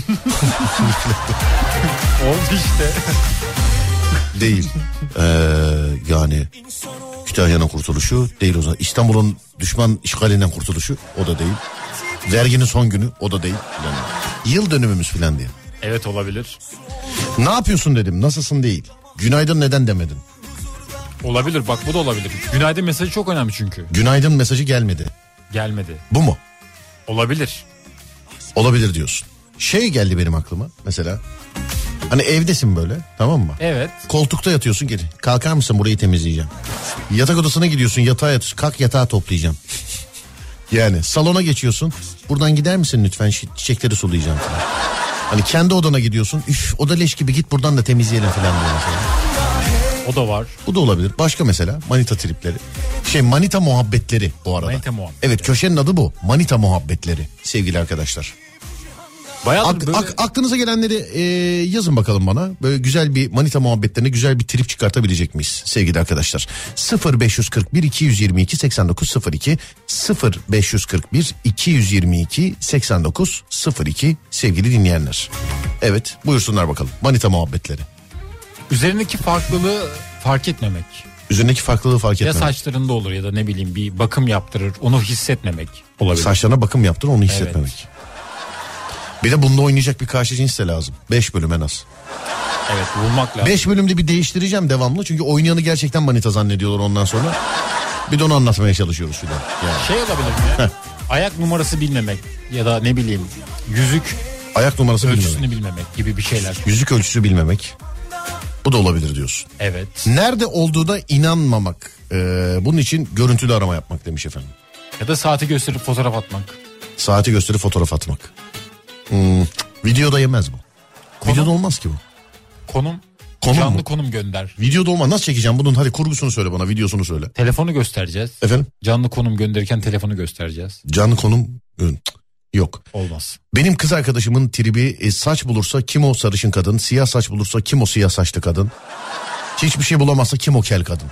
Oldu işte. Değil. Ee, yani Kütahya'nın kurtuluşu değil o zaman. İstanbul'un düşman işgalinden kurtuluşu o da değil. Verginin son günü o da değil. Yani yıl dönümümüz falan diye. Evet, olabilir. Ne yapıyorsun dedim, nasılsın değil. Günaydın neden demedin? Olabilir, bak bu da olabilir. Günaydın mesajı çok önemli çünkü. Günaydın mesajı gelmedi. Gelmedi. Bu mu? Olabilir. Olabilir diyorsun. Şey geldi benim aklıma mesela. Hani evdesin böyle, tamam mı? Evet. Koltukta yatıyorsun, geri. Kalkar mısın, burayı temizleyeceğim. Yatak odasına gidiyorsun, yatağa yatıyorsun. Kalk, yatağı toplayacağım. Yani salona geçiyorsun. Buradan gider misin lütfen, çiçekleri sulayacağım falan. Hani kendi odana gidiyorsun. Üf, oda leş gibi, git buradan da temizleyelim falan diyor mesela. O da var. Bu da olabilir. Başka mesela manita tripleri. Şey, manita muhabbetleri bu arada. Manita muhabbetleri. Evet, köşenin adı bu. Manita muhabbetleri sevgili arkadaşlar. Bayağıdır Ak- böyle... ak- aklınıza gelenleri e, yazın bakalım bana. Böyle güzel bir manita muhabbetlerine güzel bir trip çıkartabilecek miyiz sevgili arkadaşlar? sıfır beş kırk bir iki yüz yirmi iki seksen dokuz sıfır iki sıfır beş kırk bir iki yüz yirmi iki seksen dokuz sıfır iki sevgili dinleyenler. Evet, buyursunlar bakalım manita muhabbetleri. Üzerindeki farklılığı fark etmemek. Üzerindeki farklılığı fark Ya etmemek. saçlarında olur ya da ne bileyim bir bakım yaptırır, onu hissetmemek olabilir. Saçlarına bakım yaptın, onu hissetmemek. Evet. Bir de bunda oynayacak bir karşı cins de lazım. beş bölüm en az. Evet, bulmak lazım. beş bölümde bir değiştireceğim devamlı. Çünkü oynayanı gerçekten manita zannediyorlar ondan sonra. Bir de onu anlatmaya çalışıyoruz filan. Yani. Şey olabilir mi ya? Ayak numarası bilmemek ya da ne bileyim yüzük Ayak numarası ölçüsünü bilmemek. bilmemek gibi bir şeyler. Yüzük ölçüsü bilmemek. Bu da olabilir diyorsun. Evet. Nerede olduğuna inanmamak. Ee, bunun için görüntülü arama yapmak demiş efendim. Ya da saati gösterip fotoğraf atmak. Saati gösterip fotoğraf atmak. Hmm, videoda yemez bu. Konum? Videoda olmaz ki bu. Konum. Konum Canlı mu? konum gönder. Videoda olmaz. Nasıl çekeceğim bunun? Hadi kurgusunu söyle bana, videosunu söyle. Telefonu göstereceğiz. Efendim? Canlı konum gönderirken telefonu göstereceğiz. Canlı konum yok. Olmaz. Benim kız arkadaşımın tribi e, saç bulursa kim o sarışın kadın, siyah saç bulursa kim o siyah saçlı kadın, hiçbir şey bulamazsa kim o kel kadın.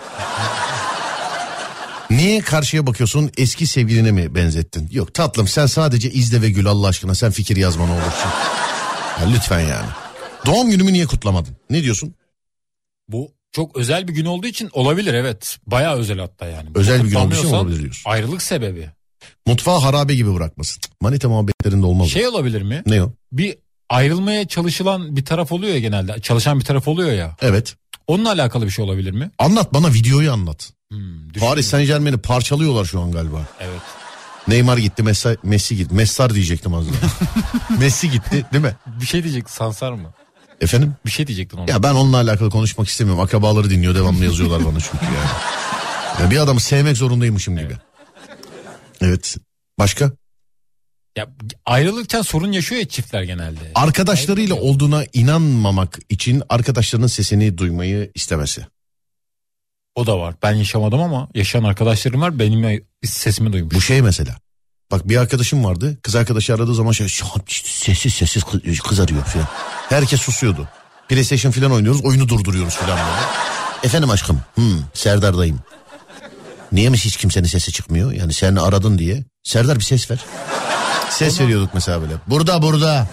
Niye karşıya bakıyorsun, eski sevgiline mi benzettin? Yok tatlım, sen sadece izle ve gül Allah aşkına, sen fikir yazma ne olursun. Ya lütfen yani. Doğum günümü niye kutlamadın? Ne diyorsun? Bu çok özel bir gün olduğu için olabilir, evet. Bayağı özel hatta yani. Özel bir gün olduğu için Kutlamıyorsan olabilir diyorsun. Ayrılık sebebi. Mutfağı harabe gibi bırakmasın. Manita muhabbetlerinde olmaz. Şey olabilir mi? Ne o? Bir ayrılmaya çalışılan bir taraf oluyor ya genelde. Çalışan bir taraf oluyor ya. Evet. Onunla alakalı bir şey olabilir mi? Anlat bana, videoyu anlat. Hmm, Paris Saint Germain'i parçalıyorlar şu an galiba. Evet. Neymar gitti, Messi, Messi gitti. Messar diyecektim az daha. Messi gitti değil mi? Bir şey diyecek, Sansar mı? Efendim? Bir şey diyecektin ona. Ya ben onunla alakalı konuşmak istemiyorum. Akrabaları dinliyor, devamlı yazıyorlar bana çünkü yani. Ya bir adamı sevmek zorundaymışım gibi. Evet. Evet. Başka? Ya ayrılırken sorun yaşıyor ya çiftler genelde. Arkadaşlarıyla olduğuna inanmamak için arkadaşlarının sesini duymayı istemesi. O da var. Ben yaşamadım ama yaşayan arkadaşlarım var. Benim sesimi duymuş. Bu şey mesela. Bak bir arkadaşım vardı. Kız arkadaşı aradığı zaman şey, sessiz sessiz kız, kız arıyor falan. Herkes susuyordu. PlayStation falan oynuyoruz, oyunu durduruyoruz falan böyle. Efendim aşkım. Hmm, Serdar'dayım. Niye mi hiç kimsenin sesi çıkmıyor? Yani sen aradın diye. Serdar bir ses ver. Ses Ona... veriyorduk mesela böyle. Burada burada.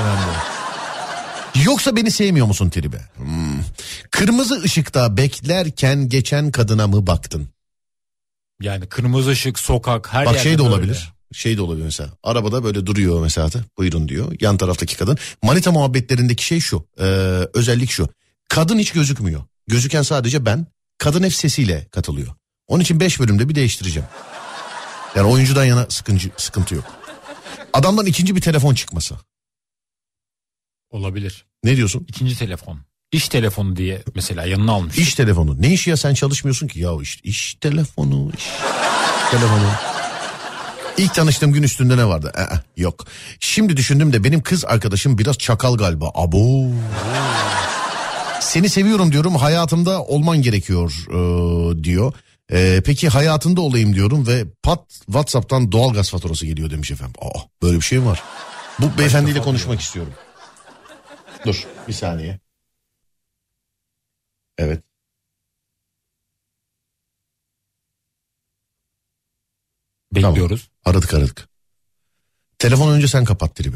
Yoksa beni sevmiyor musun tribe? Hmm. Kırmızı ışıkta beklerken geçen kadına mı baktın? Yani kırmızı ışık, sokak, her Bak yerde şey de böyle. olabilir. Şey de olabilir mesela. Arabada böyle duruyor mesela. Buyurun diyor. Yan taraftaki kadın. Manita muhabbetlerindeki şey şu. E, özellik şu. Kadın hiç gözükmüyor. Gözüken sadece ben. Kadın hep sesiyle katılıyor. Onun için beş bölümde bir değiştireceğim. Yani oyuncudan yana sıkıntı, sıkıntı yok. Adamdan ikinci bir telefon çıkması. Olabilir. Ne diyorsun? İkinci telefon. İş telefonu diye mesela yanına almış. İş telefonu. Ne iş ya, sen çalışmıyorsun ki. Ya iş, iş telefonu. Iş telefonu. İlk tanıştığım gün üstünde ne vardı? Ee, yok. Şimdi düşündüm de benim kız arkadaşım biraz çakal galiba. Abo. Seni seviyorum diyorum, hayatımda olman gerekiyor ee, diyor. Ee, peki hayatında olayım diyorum ve pat WhatsApp'tan doğalgaz faturası geliyor demiş efendim. Aa, böyle bir şey mi var? Bu beyefendiyle konuşmak istiyorum. Dur bir saniye. Evet. Bekliyoruz. Tamam. Aradık aradık. Telefonu önce sen kapat tribi.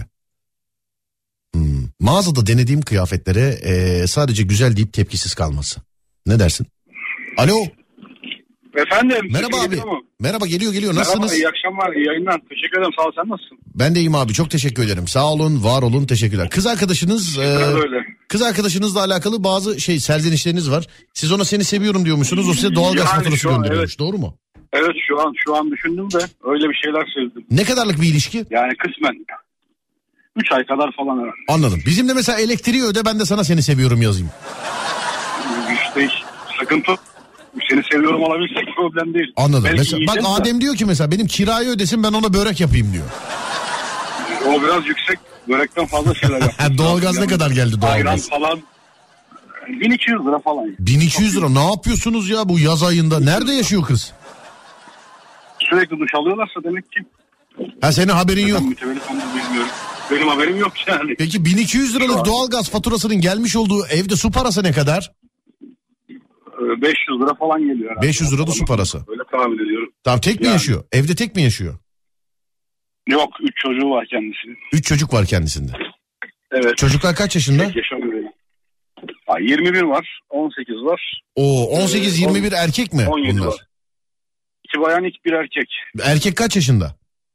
Hmm. Mağazada denediğim kıyafetlere e, sadece güzel deyip tepkisiz kalması. Ne dersin? Alo. Efendim. Merhaba abi. Merhaba, geliyor geliyor. Nasılsınız? Merhaba, iyi akşamlar, iyi yayınlar. Teşekkür ederim, sağ ol, sen nasılsın? Ben de iyiyim abi, çok teşekkür ederim. Sağ olun, var olun, teşekkürler. Kız arkadaşınız... E, kız arkadaşınızla alakalı bazı şey serzenişleriniz var. Siz ona seni seviyorum diyormuşsunuz. O size doğalgaz yani faturası an, gönderiyormuş. Evet. Doğru mu? Evet, şu an şu an düşündüm de öyle bir şeyler sezdim. Ne kadarlık bir ilişki? Yani kısmen. Üç ay kadar falan herhalde. Anladım. Bizim de mesela elektriği öde, ben de sana seni seviyorum yazayım. İşte hiç sıkıntı. Seni seviyorum olabilsek problem değil. Anladım. Belki Mesela, bak de. Adem diyor ki mesela benim kirayı ödesin, ben ona börek yapayım diyor. O biraz yüksek. Börekten fazla şeyler yapıyor. Doğalgaz ne kadar geldi doğalgaz? Ayran falan. bin iki yüz lira falan. bin iki yüz lira ne yapıyorsunuz ya bu yaz ayında? Nerede yaşıyor kız? Sürekli duş alıyorlarsa demek ki. Ha, senin haberin yok. Bilmiyorum. Benim haberim yok yani. Peki bin iki yüz liralık doğalgaz faturasının gelmiş olduğu evde su parası ne kadar? beş yüz lira falan geliyor herhalde. beş yüz lira da su parası. Öyle tahmin ediyorum. Tamam, tek mi yani. yaşıyor? Evde tek mi yaşıyor? Yok, üç çocuğu var kendisinin. Üç çocuk var kendisinde. Evet. Çocuklar kaç yaşında? Tek yaşamıyor. Ha, yirmi bir var, on sekiz var. Oo, on sekiz yirmi bir erkek mi on yedi bunlar? var. İki bayan, iki bir erkek. Erkek kaç yaşında?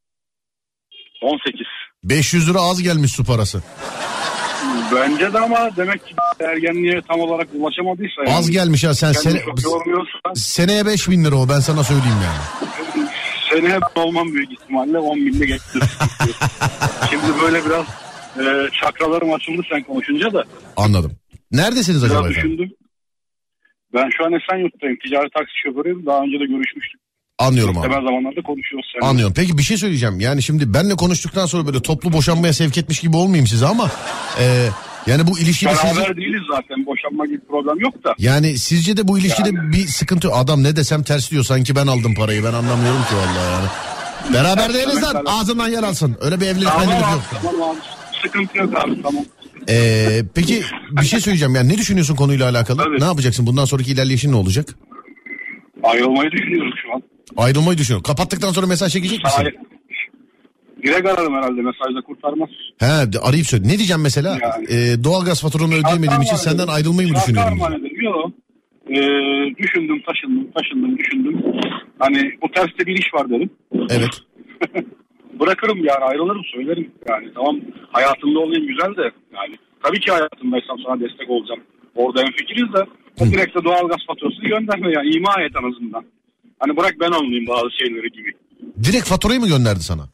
on sekiz. beş yüz lira az gelmiş su parası. Bence de, ama demek ki ergenliğe tam olarak ulaşamadıysa. Yani. Az gelmiş ha, sen sene, seneye beş bin lira o, ben sana söyleyeyim yani. Seneye olmam büyük ihtimalle on binde geçti. Şimdi böyle biraz e, çakralarım açıldı sen konuşunca da. Anladım. Neredesiniz biraz acaba düşündüm. efendim? Ben şu an Esenyurt'tayım. Ticari taksi şoförüyüm. Daha önce de görüşmüştük. Anlıyorum abi. Muhtemel zamanlarda konuşuyoruz seninle. Anlıyorum. Peki bir şey söyleyeceğim. Yani şimdi benle konuştuktan sonra böyle toplu boşanmaya sevk etmiş gibi olmayayım size ama... E, yani bu ilişkide Beraber sizce... değiliz zaten. Boşanma gibi problem yok da. Yani sizce de bu ilişkide Yani. bir sıkıntı yok. Adam ne desem ters diyor. Sanki ben aldım parayı. Ben anlamıyorum ki vallahi yani. Beraber değiliz lan. Ağzından yer alsın. Öyle bir evlilik Tamam mevlilik abi, yok. tamam abi. Sıkıntı yok abi, tamam. Ee, peki bir şey söyleyeceğim. Yani ne düşünüyorsun konuyla alakalı? Tabii. Ne yapacaksın? Bundan sonraki ilerleyişin ne olacak? Ayrılmayı düşünüyoruz şu an. Ayrılmayı düşünüyorum. Kapattıktan sonra mesaj çekecek misin? Hayır. Direkt ararım herhalde, mesajla kurtarmaz. He, arayıp söyle. Ne diyeceğim mesela? Yani. Ee, doğalgaz faturanı ödeyemediğim için senden ayrılmayı mı düşünüyorum? Yok. Ee, düşündüm, taşındım, taşındım, düşündüm. Hani bu terste bir iş var dedim. Evet. Bırakırım yani, ayrılırım, söylerim. Yani tamam, hayatımda olayım güzel de yani. Tabii ki hayatımdaysam sana destek olacağım. Orada hemfikiriz de o direkt de doğalgaz faturasını gönderme yani, ima et en azından. Hani bırak ben almayayım bazı şeyleri gibi. Direkt faturayı mı gönderdi sana?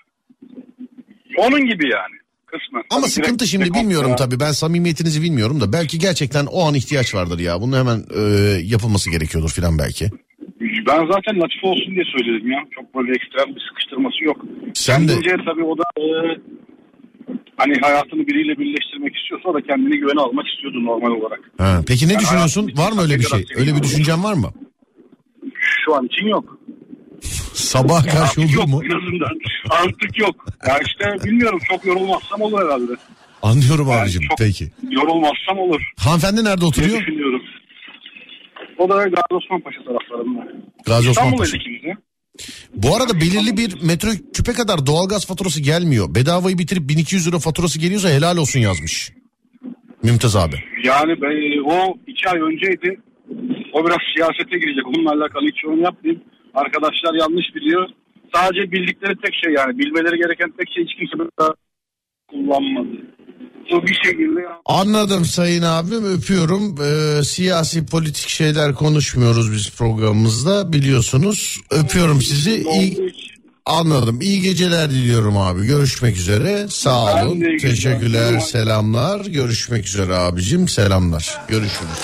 Onun gibi yani. Kısmen. Ama Tabii sıkıntı direkt, şimdi direkt bilmiyorum yani. tabii. Ben samimiyetinizi bilmiyorum da belki gerçekten o an ihtiyaç vardır ya. Bunun hemen e, yapılması gerekiyordur filan belki. Ben zaten latife olsun diye söyledim ya. Çok böyle ekstrem bir sıkıştırması yok. Sen de... Kendince tabii o da e, hani hayatını biriyle birleştirmek istiyorsa o da kendini güvene almak istiyordu normal olarak. Ha, peki ne Yani düşünüyorsun? Var mı öyle bir şey? Öyle bir düşüncen var mı? Şu an için yok. Sabaha karşı Artık olur yok mu? en azından. Artık yok. Ya işte bilmiyorum, çok yorulmazsam olur herhalde. Anlıyorum Yani abicim çok peki. Yorulmazsam olur. Hanımefendi nerede Ne oturuyor? düşünüyorum. O da Gazi Osman Paşa taraflarında. Gazi Osman İstanbul'dayız Paşa. ikimiz de. Bu arada belirli bir metreküpe kadar doğalgaz faturası gelmiyor. Bedavayı bitirip bin iki yüz lira faturası geliyorsa helal olsun yazmış. Mümtaz abi. Yani ben, o iki ay önceydi. O biraz siyasete girecek. Onunla alakalı hiç yorum yapmayayım. Arkadaşlar yanlış biliyor. Sadece bildikleri tek şey, yani bilmeleri gereken tek şey, hiç kimse daha kullanmadı. Bu bir şekilde... Anladım sayın abim, öpüyorum. Ee, siyasi politik şeyler konuşmuyoruz biz programımızda, biliyorsunuz. Öpüyorum sizi. İyi... Anladım. İyi geceler diliyorum abi. Görüşmek üzere. Sağ olun. Teşekkürler. Selamlar. Görüşmek üzere abicim. Selamlar. Görüşürüz.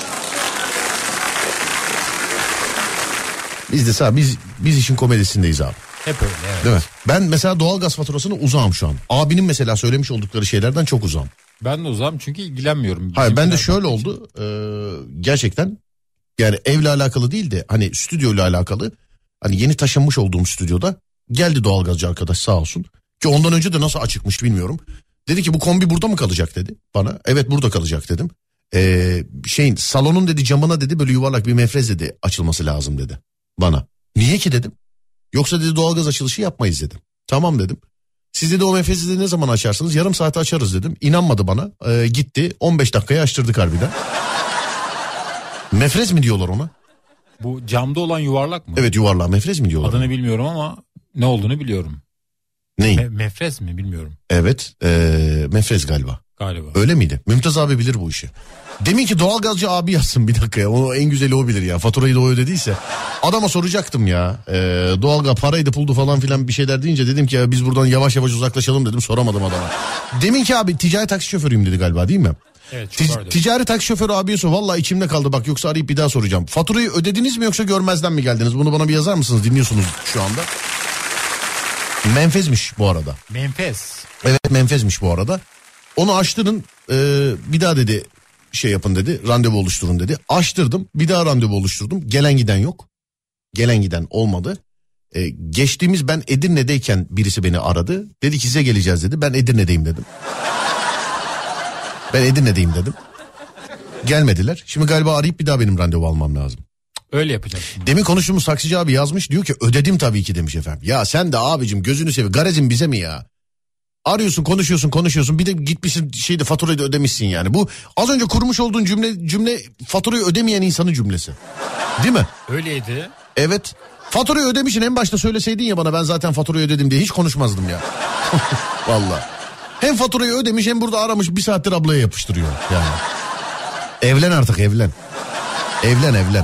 Biz de sağ biz biz işin komedisindeyiz abi. Hep öyle, evet. Değil mi? Ben mesela doğalgaz faturasını uzağım şu an. Abinin mesela söylemiş oldukları şeylerden çok uzağım. Ben de uzağım çünkü ilgilenmiyorum. Hayır, ben de Bizimkiler şöyle baktığı oldu. Ee, gerçekten yani evle alakalı değil de hani stüdyoyla alakalı. Hani yeni taşınmış olduğum stüdyoda geldi doğalgazcı arkadaş sağ olsun. Ki ondan önce de nasıl açıkmış bilmiyorum. Dedi ki bu kombi burada mı kalacak dedi bana. Evet burada kalacak dedim. Ee, şeyin salonun dedi camına dedi böyle yuvarlak bir mefrez dedi açılması lazım dedi bana. Niye ki dedim. Yoksa dedi doğalgaz açılışı yapmayız dedim. Tamam dedim. Siz dedi o mefrezi de ne zaman açarsınız? Yarım saate açarız dedim. İnanmadı bana. Ee, gitti on beş dakikaya açtırdık harbiden. Mefrez mi diyorlar ona? Bu camda olan yuvarlak mı? Evet, yuvarlağı mefrez mi diyorlar? Adını bilmiyorum ama ne olduğunu biliyorum. Neyin? Me- mefrez mi bilmiyorum. Evet ee, mefrez galiba. Galiba. Öyle miydi? Mümtaz abi bilir bu işi. Demin ki doğalgazcı abi yazsın bir dakika ya. O en güzeli o bilir ya. Faturayı da o ödediyse. Adama soracaktım ya. Ee, doğalgaz paraydı puldu falan filan bir şeyler deyince dedim ki ya biz buradan yavaş yavaş uzaklaşalım dedim. Soramadım adama. Demin ki abi ticari taksi şoförüyüm dedi galiba değil mi? Evet, Tic- ticari taksi şoförü abiye sor. Vallahi içimde kaldı bak, yoksa arayıp bir daha soracağım. Faturayı ödediniz mi yoksa görmezden mi geldiniz? Bunu bana bir yazar mısınız? Dinliyorsunuz şu anda. Menfezmiş bu arada. Menfez. Evet, menfezmiş bu arada. Onu açtırın e, bir daha dedi şey yapın dedi, randevu oluşturun dedi. Açtırdım, bir daha randevu oluşturdum. Gelen giden yok. Gelen giden olmadı. E, geçtiğimiz ben Edirne'deyken birisi beni aradı. Dedi ki size geleceğiz dedi. Ben Edirne'deyim dedim. Ben Edirne'deyim dedim. Gelmediler. Şimdi galiba arayıp bir daha benim randevu almam lazım. Öyle yapacaksın. Demin konuştuğumuz taksici abi yazmış, diyor ki ödedim tabii ki demiş efendim. Ya sen de abicim gözünü seveyim, garezin bize mi ya? Arıyorsun, konuşuyorsun, konuşuyorsun. Bir de gitmişsin şeyde faturayı da ödemişsin yani. Bu az önce kurmuş olduğun cümle cümle faturayı ödemeyen insanın cümlesi. Değil mi? Öyleydi. Evet. Faturayı ödemişsin, en başta söyleseydin ya bana ben zaten faturayı ödedim diye hiç konuşmazdım ya. Vallahi. Hem faturayı ödemiş hem burada aramış bir saattir ablaya yapıştırıyor yani. Evlen artık, evlen. Evlen evlen.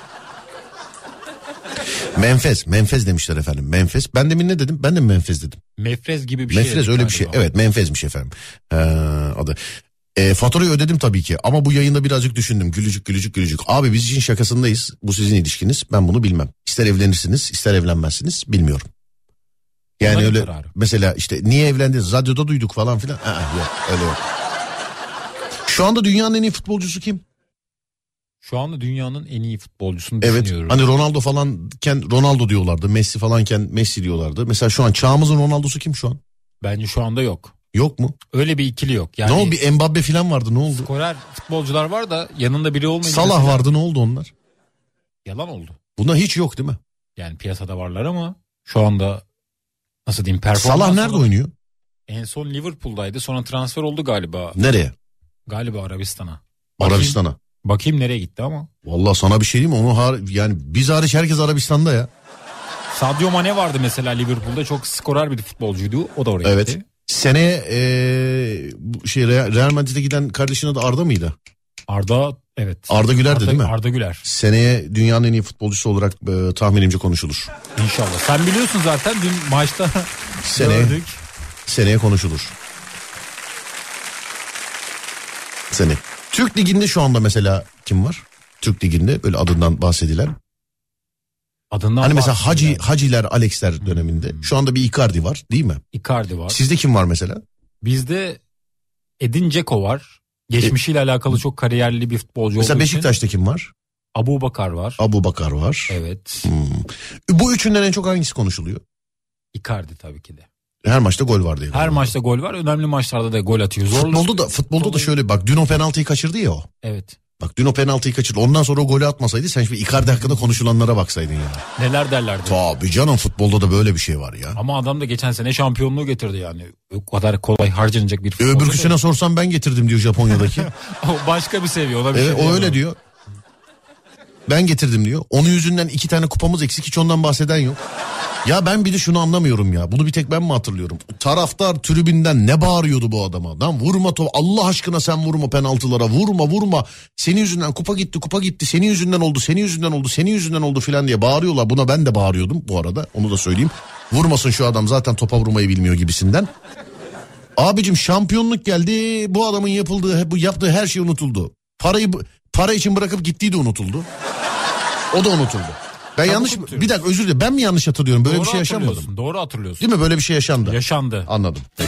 Menfez, menfez demişler efendim. Menfez. Ben demin ne dedim? Ben de mi menfez dedim? Mefrez gibi bir şey. Mefrez öyle bir şey. Evet, menfezmiş efendim. Ee, adı. E, faturayı ödedim tabii ki ama bu yayında birazcık düşündüm. Gülücük gülücük gülücük. Abi biz için şakasındayız. Bu sizin ilişkiniz. Ben bunu bilmem. İster evlenirsiniz ister evlenmezsiniz bilmiyorum. Yani Onların öyle kararı. mesela işte niye evlendiniz? Radyoda duyduk falan filan. Aa, yok öyle yok. Şu anda dünyanın en iyi futbolcusu kim? Şu anda dünyanın en iyi futbolcusunu Evet. düşünüyorum. Hani Ronaldo falanken Ronaldo diyorlardı. Messi falanken Messi diyorlardı. Mesela şu an çağımızın Ronaldo'su kim şu an? Bence şu anda yok. Yok mu? Öyle bir ikili yok. Yani ne oldu? Bir Mbappe falan vardı. Ne oldu? skorer futbolcular var da yanında biri olmayınca. Salah mesela vardı. Ne oldu onlar? Yalan oldu. Buna hiç yok değil mi? Yani piyasada varlar ama şu anda nasıl diyeyim performans. Salah nerede olarak- oynuyor? En son Liverpool'daydı. Sonra transfer oldu galiba. Nereye? Galiba Arabistan'a. Bakayım, Arabistan'a. bakayım nereye gitti ama. Vallahi sana bir şey diyeyim mi? Onu har- yani biz hariç herkes Arabistan'da ya. Sadio Mane vardı mesela Liverpool'da. Çok skorer bir futbolcuydu. O da oraya Evet. gitti. Seneye ee, bu şey Real Real Madrid'e giden kardeşin adı Arda mıydı? Arda evet. Arda Güler'di Arda, değil mi? Arda Güler. Seneye dünyanın en iyi futbolcusu olarak e, tahminimce konuşulur. İnşallah. Sen biliyorsun zaten dün maçta Seneye, gördük. seneye konuşulur. Sene. Türk Ligi'nde şu anda mesela kim var? Türk Ligi'nde böyle adından bahsedilen. Adından Hani mesela bahsedilen. Hacı, Haciler, Alexler döneminde. Şu anda bir Icardi var değil mi? Icardi var. Sizde kim var mesela? Bizde Edin Dzeko var. Geçmişiyle alakalı çok kariyerli bir futbolcu Mesela olduğu için. Beşiktaş'ta kim var? Abu Bakar var. Abu Bakar var. Evet. Hmm. Bu üçünden en çok hangisi konuşuluyor? Icardi tabii ki de. Her maçta gol var diye. Her maçta gol var. Önemli maçlarda da gol atıyor. Zorlu. Futbolda da futbolda da şöyle bak dün o penaltıyı kaçırdı ya o. Evet. Bak dün o penaltıyı kaçırdı. Ondan sonra o golü atmasaydı sen şimdi Icardi hakkında konuşulanlara baksaydın ya. Neler derlerdi. Tabii canım futbolda da böyle bir şey var ya. Ama adam da geçen sene şampiyonluğu getirdi yani. O kadar kolay harcanacak bir E, futbolcu. öbürküsüne sorsam ben getirdim diyor Japonya'daki. O başka bir seviye. Ona bir Evet şey o diyemem. öyle diyor. Ben getirdim diyor. Onun yüzünden iki tane kupamız eksik, hiç ondan bahseden yok. Ya ben bir de şunu anlamıyorum ya. Bunu bir tek ben mi hatırlıyorum? Taraftar tribünden ne bağırıyordu bu adama? Lan vurma top. Allah aşkına sen vurma penaltılara. Vurma vurma. Senin yüzünden kupa gitti kupa gitti. Senin yüzünden oldu senin yüzünden oldu senin yüzünden oldu filan diye bağırıyorlar. Buna ben de bağırıyordum bu arada. Onu da söyleyeyim. Vurmasın şu adam, zaten topa vurmayı bilmiyor gibisinden. Abicim şampiyonluk geldi. Bu adamın yapıldığı, bu yaptığı her şey unutuldu. Parayı para için bırakıp gittiği de unutuldu. O da unutuldu. Ben Çabuk yanlış unutuyoruz. bir dakika özür dilerim. Ben mi yanlış hatırlıyorum? Böyle Doğru bir şey yaşanmadım. hatırlıyorsun, Doğru hatırlıyorsun. Değil mi? Böyle bir şey yaşandı. Yaşandı. Anladım. Peki.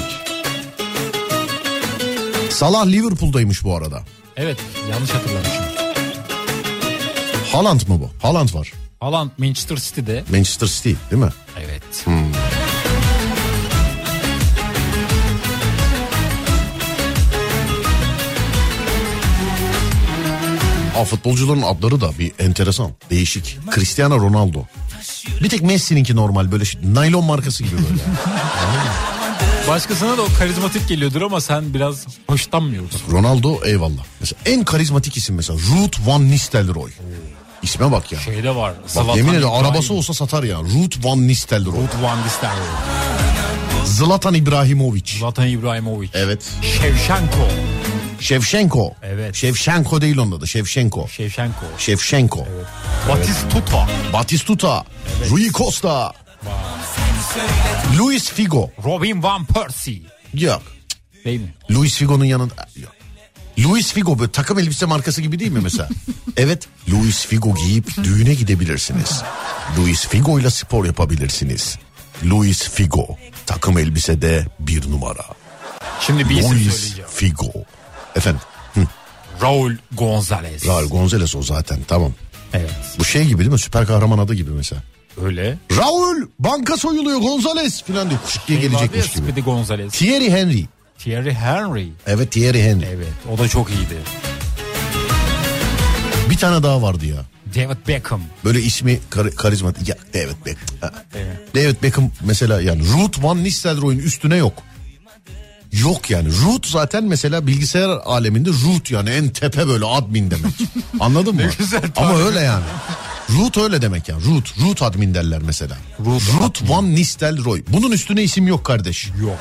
Salah Liverpool'daymış bu arada. Evet, yanlış hatırlamışım. Haaland mı bu? Haaland var. Haaland Manchester City'de. Manchester City değil mi? Evet. Hmm. Aa, futbolcuların adları da bir enteresan, değişik. Cristiano Ronaldo. Bir tek Messi'ninki normal böyle şey, naylon markası gibi böyle. Başkasına da o karizmatik geliyordur ama sen biraz hoşlanmıyorsun. Ronaldo eyvallah. Mesela en karizmatik isim mesela Ruud van Nistelrooy. İsme bak ya. Şeyde var. Bak Zlatan yemin ederim İbrahim. arabası olsa satar ya. Ruud van Nistelrooy. Ruud van Nistelrooy. Zlatan İbrahimovic. Zlatan İbrahimovic. Evet. Shevchenko. Shevchenko. Evet. Shevchenko değil onun adı. Shevchenko. Shevchenko. Shevchenko. Evet. Batistuta. Batistuta. Evet. Rui Costa. Luis Figo. Robin van Persie. Yok. Değil mi? Luis Figo'nun yanında. Yok. Luis Figo böyle takım elbise markası gibi değil mi mesela? Evet. Luis Figo giyip düğüne gidebilirsiniz. Luis Figo ile spor yapabilirsiniz. Luis Figo takım elbisede bir numara. Şimdi bir isim Luis söyleyeceğim. Figo. Efendim. Hı. Raul Gonzalez. Raul Gonzalez o zaten, tamam. Evet. Bu şey gibi değil mi? Süper kahraman adı gibi mesela. Öyle. Raul banka soyuluyor Gonzalez filan diyor. Kuşuk diye Şey vardı ya, gelecekmiş gibi. Speedy Gonzalez. Thierry Henry. Thierry Henry. Evet Thierry Henry. Evet. O da çok iyiydi. Bir tane daha vardı ya. David Beckham. Böyle ismi kar- karizmatik. Ya David Beckham. Ha. Evet. David Beckham mesela yani Ruud van Nistelrooy'un üstüne yok. Yok yani. Root zaten mesela bilgisayar aleminde root yani en tepe böyle admin demek. Anladın mı? Ne güzel Ama tarif. öyle yani. Root öyle demek yani. Root, root admin derler mesela. Root Root van Nistelrooy. Bunun üstüne isim yok kardeş. Yok.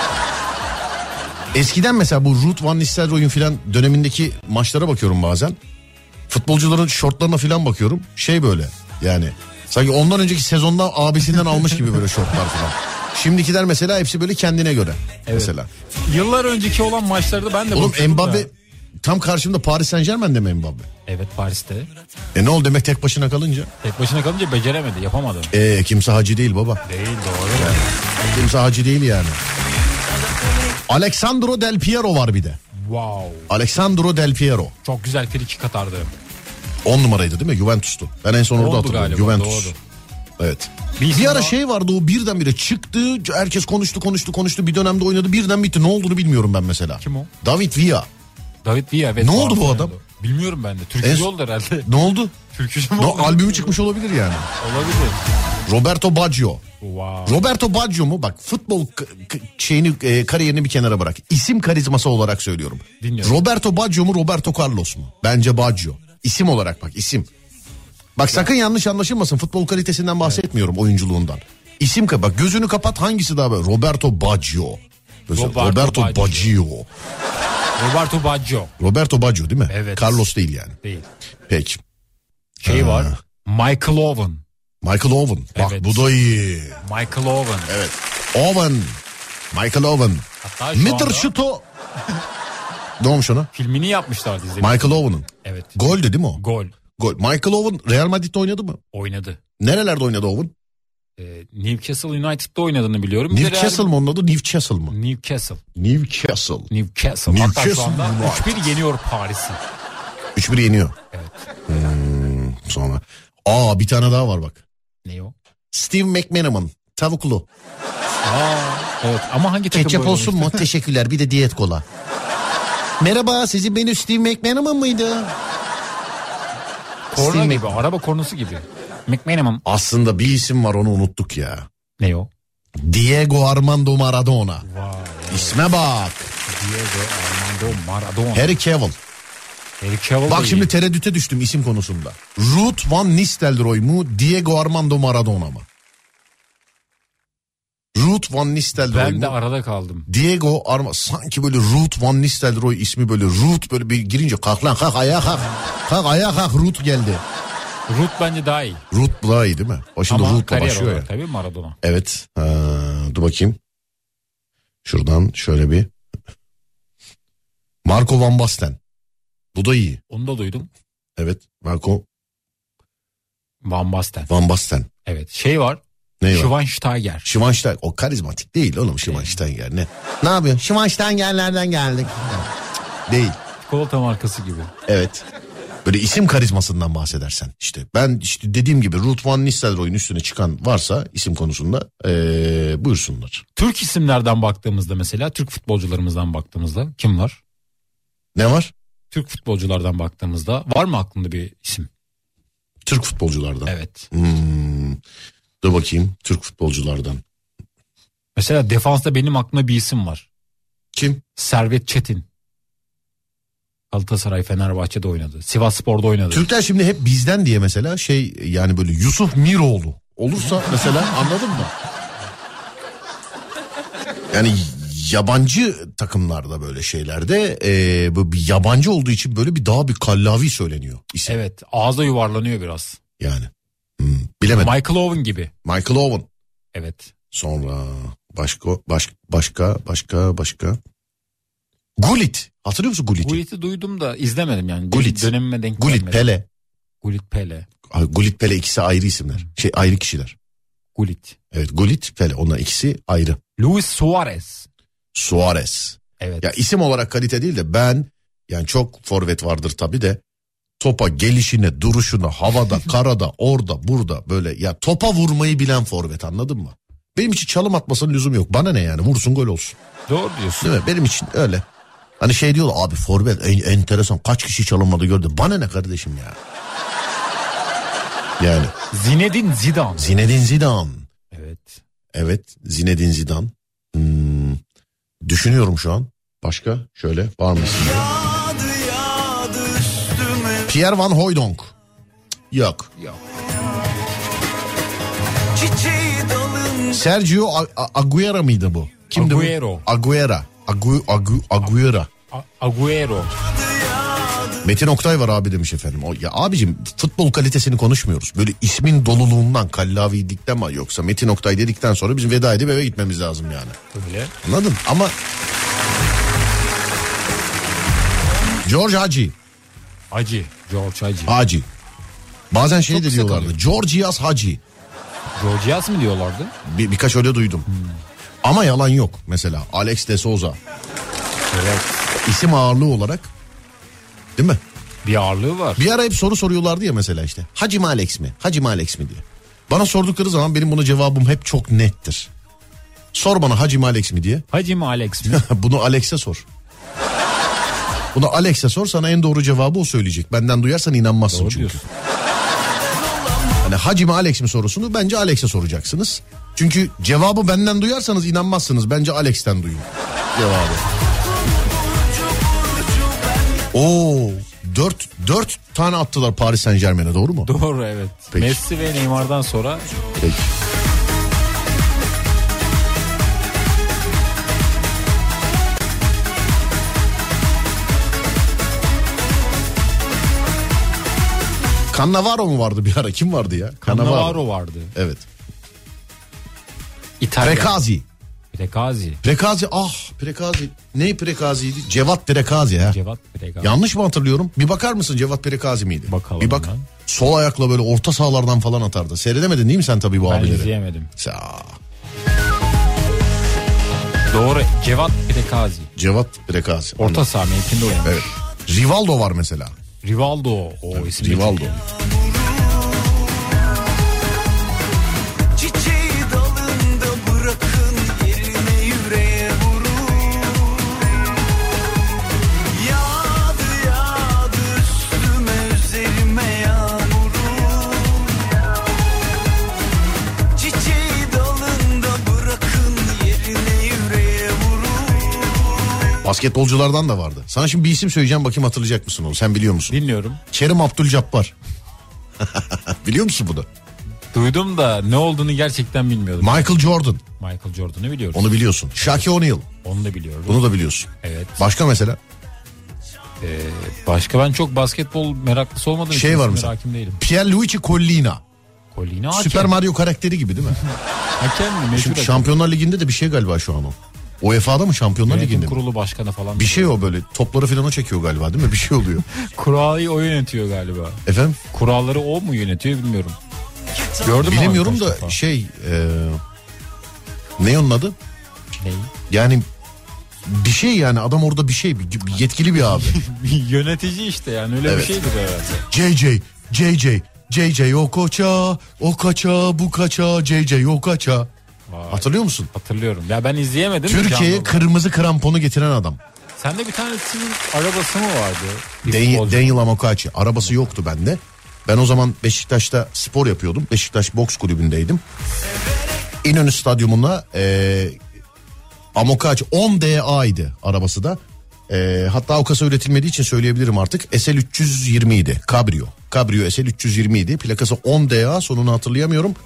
Eskiden mesela bu Ruud van Nistelrooy'un filan dönemindeki maçlara bakıyorum bazen. Futbolcuların şortlarına filan bakıyorum. Şey böyle yani sanki ondan önceki sezonda abisinden almış gibi böyle şortlar filan. Şimdikiler mesela hepsi böyle kendine göre. Evet. Mesela. Yıllar önceki olan maçlarda ben de Oğlum bakıyordum Mbappe da. tam karşımda Paris Saint-Germain'de mi Mbappe? Evet, Paris'te. E ne oldu demek tek başına kalınca? Tek başına kalınca beceremedi, yapamadı. E kimse hacı değil baba. Değil, doğru. Yani, kimse hacı değil yani. Alexandro Del Piero var bir de. Wow. Alexandro Del Piero. Çok güzel frikik atardı. on numaraydı değil mi? Juventus'tu. Ben en son orada Oldu hatırlıyorum. galiba, Juventus. doğru. Evet. Bir, Bir ara daha... şey vardı, o birdenbire çıktı. Herkes konuştu konuştu konuştu. Bir dönemde oynadı, birden bitti. Ne olduğunu bilmiyorum ben mesela. Kim o? David Villa. David Villa, evet. Ne oldu bu adam? Bilmiyorum ben de. Türkçe En... oldu herhalde. Ne oldu? Türkçe mi No, oldu? albümü çıkmış olabilir yani. Olabilir. Roberto Baggio. Wow. Roberto Baggio mu? Bak futbol k- k- şeyini e, kariyerini bir kenara bırak. İsim karizması olarak söylüyorum. Dinliyorum. Roberto Baggio mu, Roberto Carlos mu? Bence Baggio. İsim olarak bak, isim. Bak sakın yanlış anlaşılmasın. Futbol kalitesinden bahsetmiyorum, evet. Oyunculuğundan. İsim ka- bak gözünü kapat, hangisi daha böyle? Roberto Baggio. Mesela Roberto, Roberto Baggio. Baggio. Roberto Baggio. Roberto Baggio değil mi? Evet. Carlos değil yani. Değil. Peki. Şey Ha. var. Michael Owen. Michael Owen. Bak Evet. bu da iyi. Michael Owen. Evet. Owen. Michael Owen. Hatta şu Mitter anda Şuto. Ne olmuş ona? filmini yapmışlardı. izlemiş. Michael Owen'ın. Evet. Gol dedi mi o? Gol. Gol. Michael Owen Real Madrid'de oynadı mı? Oynadı. Nerelerde oynadı Owen? Ee, Newcastle United'da oynadığını biliyorum. Bir de Newcastle Real- mı onun adı? Newcastle mı? Newcastle. Newcastle. Newcastle. Newcastle Hatta şu anda United. üç bir yeniyor Paris'i. üç bir yeniyor. Evet. Hmm, sonra. Aa bir tane daha var bak. Ne o? Steve McManaman. Tavuklu. Aa, evet ama hangi takım Ketçap olsun mu? oynamıştı? Teşekkürler. Bir de diyet kola. Merhaba, sizin menü Steve McManaman mıydı? Korna Steve gibi, araba kornası gibi. McManaman. Aslında bir isim var, onu unuttuk ya. Ne o? Diego Armando Maradona. Vay. İsme bak. Diego Armando Maradona. Harry Cavill. Harry Cavill Bak da şimdi iyi. tereddüte düştüm isim konusunda. Ruud van Nistelrooy mu, Diego Armando Maradona mı? Ruud van Nistelrooy Ben mu? de arada kaldım. Diego Armando, sanki böyle Ruud van Nistelrooy ismi böyle Ruud böyle bir girince kalk lan kalk ayağa kalk. Kalk ayağa kalk, Ruud geldi. Ruud bence daha iyi. Ruud daha iyi değil mi? O şimdi Ama Ruud'la kariyer başlıyor olarak ya. tabii Maradona. Evet. Ha, dur bakayım. Şuradan şöyle bir. Marco van Basten. Bu da iyi. Onu da duydum. Evet. Marco Van Basten. van Basten. Evet. Şey var. Ne var? Schweinsteiger. Schweinsteiger. O karizmatik değil oğlum Schweinsteiger. Ne? Ne yapıyor? Schweinsteiger'lerden geldik. Değil. Çikolata markası gibi. Evet. Böyle isim karizmasından bahsedersen işte. Ben işte dediğim gibi Ruud van Nistelrooy'un üstüne çıkan varsa isim konusunda ee, buyursunlar. Türk isimlerden baktığımızda mesela, Türk futbolcularımızdan baktığımızda kim var? Ne var? Türk futbolculardan baktığımızda var mı aklında bir isim? Türk futbolculardan. Evet. Hmm. Dur bakayım Türk futbolculardan. Mesela defansta benim aklımda bir isim var. Kim? Servet Çetin. Galatasaray, Fenerbahçe'de oynadı. Sivasspor'da oynadı. Türkler şimdi hep bizden diye mesela şey yani böyle Yusuf Miroğlu olursa mesela anladın mı? Yani yabancı takımlarda böyle şeylerde e, böyle bir yabancı olduğu için böyle bir daha bir kallavi söyleniyor isim. Evet, ağza yuvarlanıyor biraz. Yani hmm, bilemedim. Michael Owen gibi. Michael Owen. Evet. Sonra başka baş, başka başka başka. Gullit. Hatırlıyor musun Gullit'i? Gullit'i duydum da izlemedim yani. Gullit. Dönemime denk Gullit gelmedi. Pele. Gullit Pele. Gullit Pele ikisi ayrı isimler. Şey ayrı kişiler. Gullit. Evet Gullit Pele, onlar ikisi ayrı. Luis Suarez. Suarez. Evet. Ya isim olarak kalite değil de ben yani çok forvet vardır tabii de topa gelişine, duruşuna, havada, karada, orada, burada böyle ya topa vurmayı bilen forvet, anladın mı? Benim için çalım atmasının lüzum yok. Bana ne yani, vursun gol olsun. Doğru diyorsun. Değil mi? Benim için öyle. Hani şey diyorlar abi forvet en, enteresan kaç kişi çalınmadı gördüm. Bana ne kardeşim ya. Yani. Zinedine Zidane. Zinedine Zidane. Evet. Evet Zinedine Zidane. Hmm, düşünüyorum şu an. Başka şöyle var mı? Pierre Van Hooijdonk. Yok. Yok. Sergio Aguero mıydı bu? Kimdi Agüero. bu? Agüero. Agu, Agu, Agüero. A- Agüero. Metin Oktay var abi demiş efendim. O, ya abicim futbol kalitesini konuşmuyoruz. Böyle ismin doluluğundan, kallavidikten mi yoksa Metin Oktay dedikten sonra bizim veda edip eve gitmemiz lazım yani. Öyle. Anladın? Ama George Hacı. Hacı. George Hacı. Hacı. Bazen şey Çok de kısa diyorlardı. kalıyor. Georgias Hacı. Georgias mı diyorlardı? Bir, birkaç öyle duydum. Hmm. Ama yalan yok mesela. Alex de Souza. Evet. İsim ağırlığı olarak. Değil mi? Bir ağırlığı var. Bir ara hep soru soruyorlardı ya mesela işte. Hacı mı Alex mi? Hacı mı Alex mi diye. Bana sordukları zaman benim buna cevabım hep çok nettir. Sor bana Hacı mı Alex mi diye. Hacı mı Alex mi? Bunu Alex'e sor. Bunu Alex'e sor, sana en doğru cevabı o söyleyecek. Benden duyarsan inanmazsın Doğru çünkü. diyorsun. Hani Hacı mı Alex mi sorusunu bence Alex'e soracaksınız. Çünkü cevabı benden duyarsanız inanmazsınız. Bence Alex'ten duyun cevabı. Oo, dört, dört tane attılar Paris Saint-Germain'e, doğru mu? Doğru, evet. Peki. Messi ve Neymar'dan sonra. Peki. Cannavaro mu vardı bir ara? Kim vardı ya? Cannavaro vardı. Evet. İtalya. Prekazi. Prekazi. Prekazi, ah Prekazi. Ne Prekazi'ydi? Cevat Prekazi ha. Cevat Prekazi. Yanlış mı hatırlıyorum? Bir bakar mısın, Cevat Prekazi miydi? Bakalım bir bak. ben. Sol ayakla böyle orta sahalardan falan atardı. Seyredemedin değil mi sen tabii bu ben abileri? Ben izleyemedim. Sa Doğru, Cevat Prekazi. Cevat Prekazi. Orta saha mevkinde oynamış. Evet. Rivaldo var mesela. Rivaldo. O evet, ismi. Rivaldo. Basketbolculardan da vardı. Sana şimdi bir isim söyleyeceğim, bakayım hatırlayacak mısın onu? Sen biliyor musun? Dinliyorum. Kerim Abdülcabbar. Biliyor musun bunu? Duydum da ne olduğunu gerçekten bilmiyordum. Michael Jordan. Michael Jordan'ı biliyoruz. Onu biliyorsun. Shaquille O'Neal. Onu da biliyorum. Bunu da biliyorsun. Evet. Başka mesela? Ee, başka ben çok basketbol meraklısı olmadığım için şey var mesela. hakim değilim. Pierluigi Collina. Collina Süper hakem. Mario karakteri gibi değil mi? Hakem mi? Şimdi Şampiyonlar Ligi'nde de bir şey galiba şu an o. U E F A'da mı Şampiyonlar Yönetim Ligi'nde mi? kurulu başkanı falan. Bir şey o böyle topları falan o çekiyor galiba değil mi? Bir şey oluyor. Kurayı o yönetiyor galiba. Efendim? Kuralları o mu yönetiyor bilmiyorum. Gördüm bilemiyorum da defa. şey e, ne onun adı? Ne? Yani bir şey, yani adam orada bir şey, bir yetkili bir abi. Yönetici işte, yani öyle evet. bir şeydir herhalde. J J J J J J o koça o kaça bu kaça J J o kaça. Vay. Hatırlıyor musun? Hatırlıyorum. Ya ben izleyemedim. Türkiye'ye kırmızı kramponu getiren adam. Sende bir tanesinin arabası mı vardı? Dan- Daniel Amokachi. Arabası yoktu bende. Ben o zaman Beşiktaş'ta spor yapıyordum. Beşiktaş boks kulübündeydim. İnönü Stadyumuna e, Amokachi on D A'ydı arabası da. E, hatta o kasa üretilmediği için söyleyebilirim artık. S L üç yüz yirmi idi. Cabrio. Cabrio S L üç yüz yirmi idi. Plakası on D A, sonunu hatırlayamıyorum.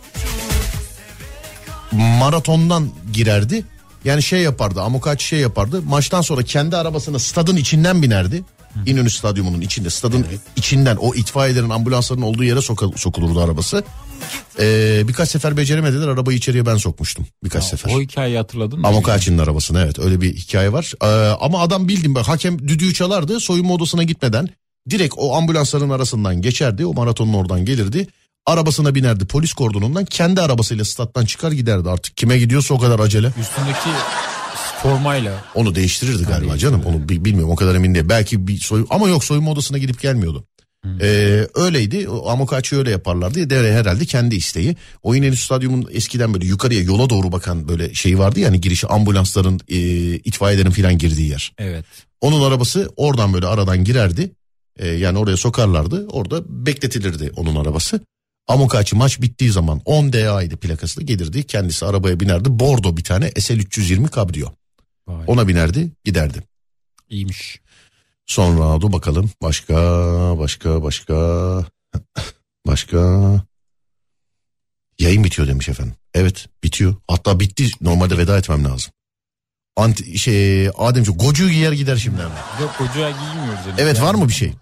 Maratondan girerdi. Yani şey yapardı, Amokachi şey yapardı. Maçtan sonra kendi arabasına stadın içinden binerdi. İnönü Stadyumu'nun içinde, stadın evet. içinden, o itfaiyelerin, ambulansların olduğu yere soka, sokulurdu arabası. Ee, birkaç sefer beceremediler, arabayı içeriye ben sokmuştum birkaç ya, sefer. O hikayeyi hatırladın mı? Amokachi'nin arabasını, evet, öyle bir hikaye var. Ee, ama adam bildim bak, hakem düdüğü çalardı, soyunma odasına gitmeden direkt o ambulansların arasından geçerdi, o maratonun oradan gelirdi. Arabasına binerdi, polis kordonundan kendi arabasıyla stat'tan çıkar giderdi, artık kime gidiyorsa o kadar acele. Üstündeki formayla. Onu değiştirirdi galiba yani canım, onu bilmiyorum, o kadar emin değilim. Belki bir soy ama yok, soyunma odasına gidip gelmiyordu. Hmm. Ee, öyleydi, Amokachi öyle yaparlardı. Dere herhalde kendi isteği. O İnönü Stadyumu'nun eskiden böyle yukarıya yola doğru bakan böyle şey vardı ya, hani girişi ambulansların, e, itfaiyelerin filan girdiği yer. Evet. Onun arabası oradan böyle aradan girerdi. E, yani oraya sokarlardı, orada bekletilirdi onun arabası. Amokachi maç bittiği zaman on D A'ydı plakası da, gelirdi kendisi arabaya binerdi. Bordo bir tane S L üç yüz yirmi Cabrio. Vay. Ona binerdi giderdi. İyiymiş. Sonra dur bakalım başka başka başka başka yayın bitiyor demiş efendim. Evet bitiyor, hatta bitti, normalde veda etmem lazım. Anti, şey Ademciğim gocuğu giyer gider şimdi hemen. Yok, gocuğa giymiyoruz. Yani. Evet, var mı bir şey?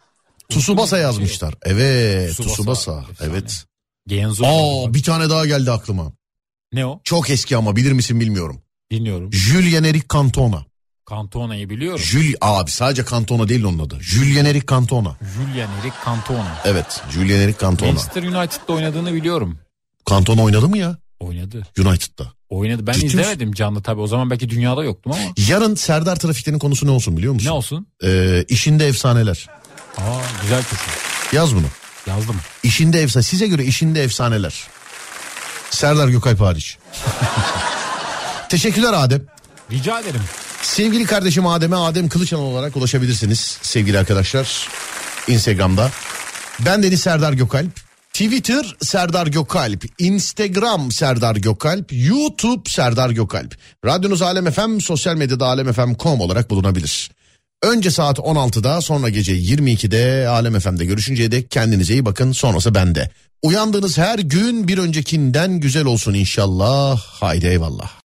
Tsubasa yazmışlar. Evet, Tsubasa, Tsubasa. efsane. Evet. Genzo. Aa, bir tane daha geldi aklıma. Ne o? Çok eski ama bilir misin bilmiyorum. Dinliyorum. Julien Eric Cantona. Cantona'yı biliyorum. Jul abi sadece Cantona değil onun adı. Julien Eric Cantona. Julien Eric Cantona. Evet, Julien Eric Cantona. Manchester United'da oynadığını biliyorum. Cantona oynadı mı ya? Oynadı. United'da. Oynadı. Ben Ciddi izlemedim canlı tabii. O zaman belki dünyada yoktum ama. Yarın Serdar Trafik'tenin konusu ne olsun biliyor musun? Ne olsun? Ee, işinde efsaneler. Aa, güzel kötü. Yaz bunu. Yazdım. İşinde efsane. Size göre işinde efsaneler. Serdar Gökalp hariç. Teşekkürler Adem. Rica ederim. Sevgili kardeşim Adem'e Adem Kılıçhan olarak ulaşabilirsiniz sevgili arkadaşlar. Instagram'da. Ben Deniz Serdar Gökalp. Twitter Serdar Gökalp, Instagram Serdar Gökalp, YouTube Serdar Gökalp. Radyonuz Alem F M, sosyal medyada alemfm nokta com olarak bulunabilir. Önce saat on altıda, sonra gece yirmi ikide Alem F M'de görüşünceye dek kendinize iyi bakın, sonrası bende. Uyandığınız her gün bir öncekinden güzel olsun inşallah. Haydi eyvallah.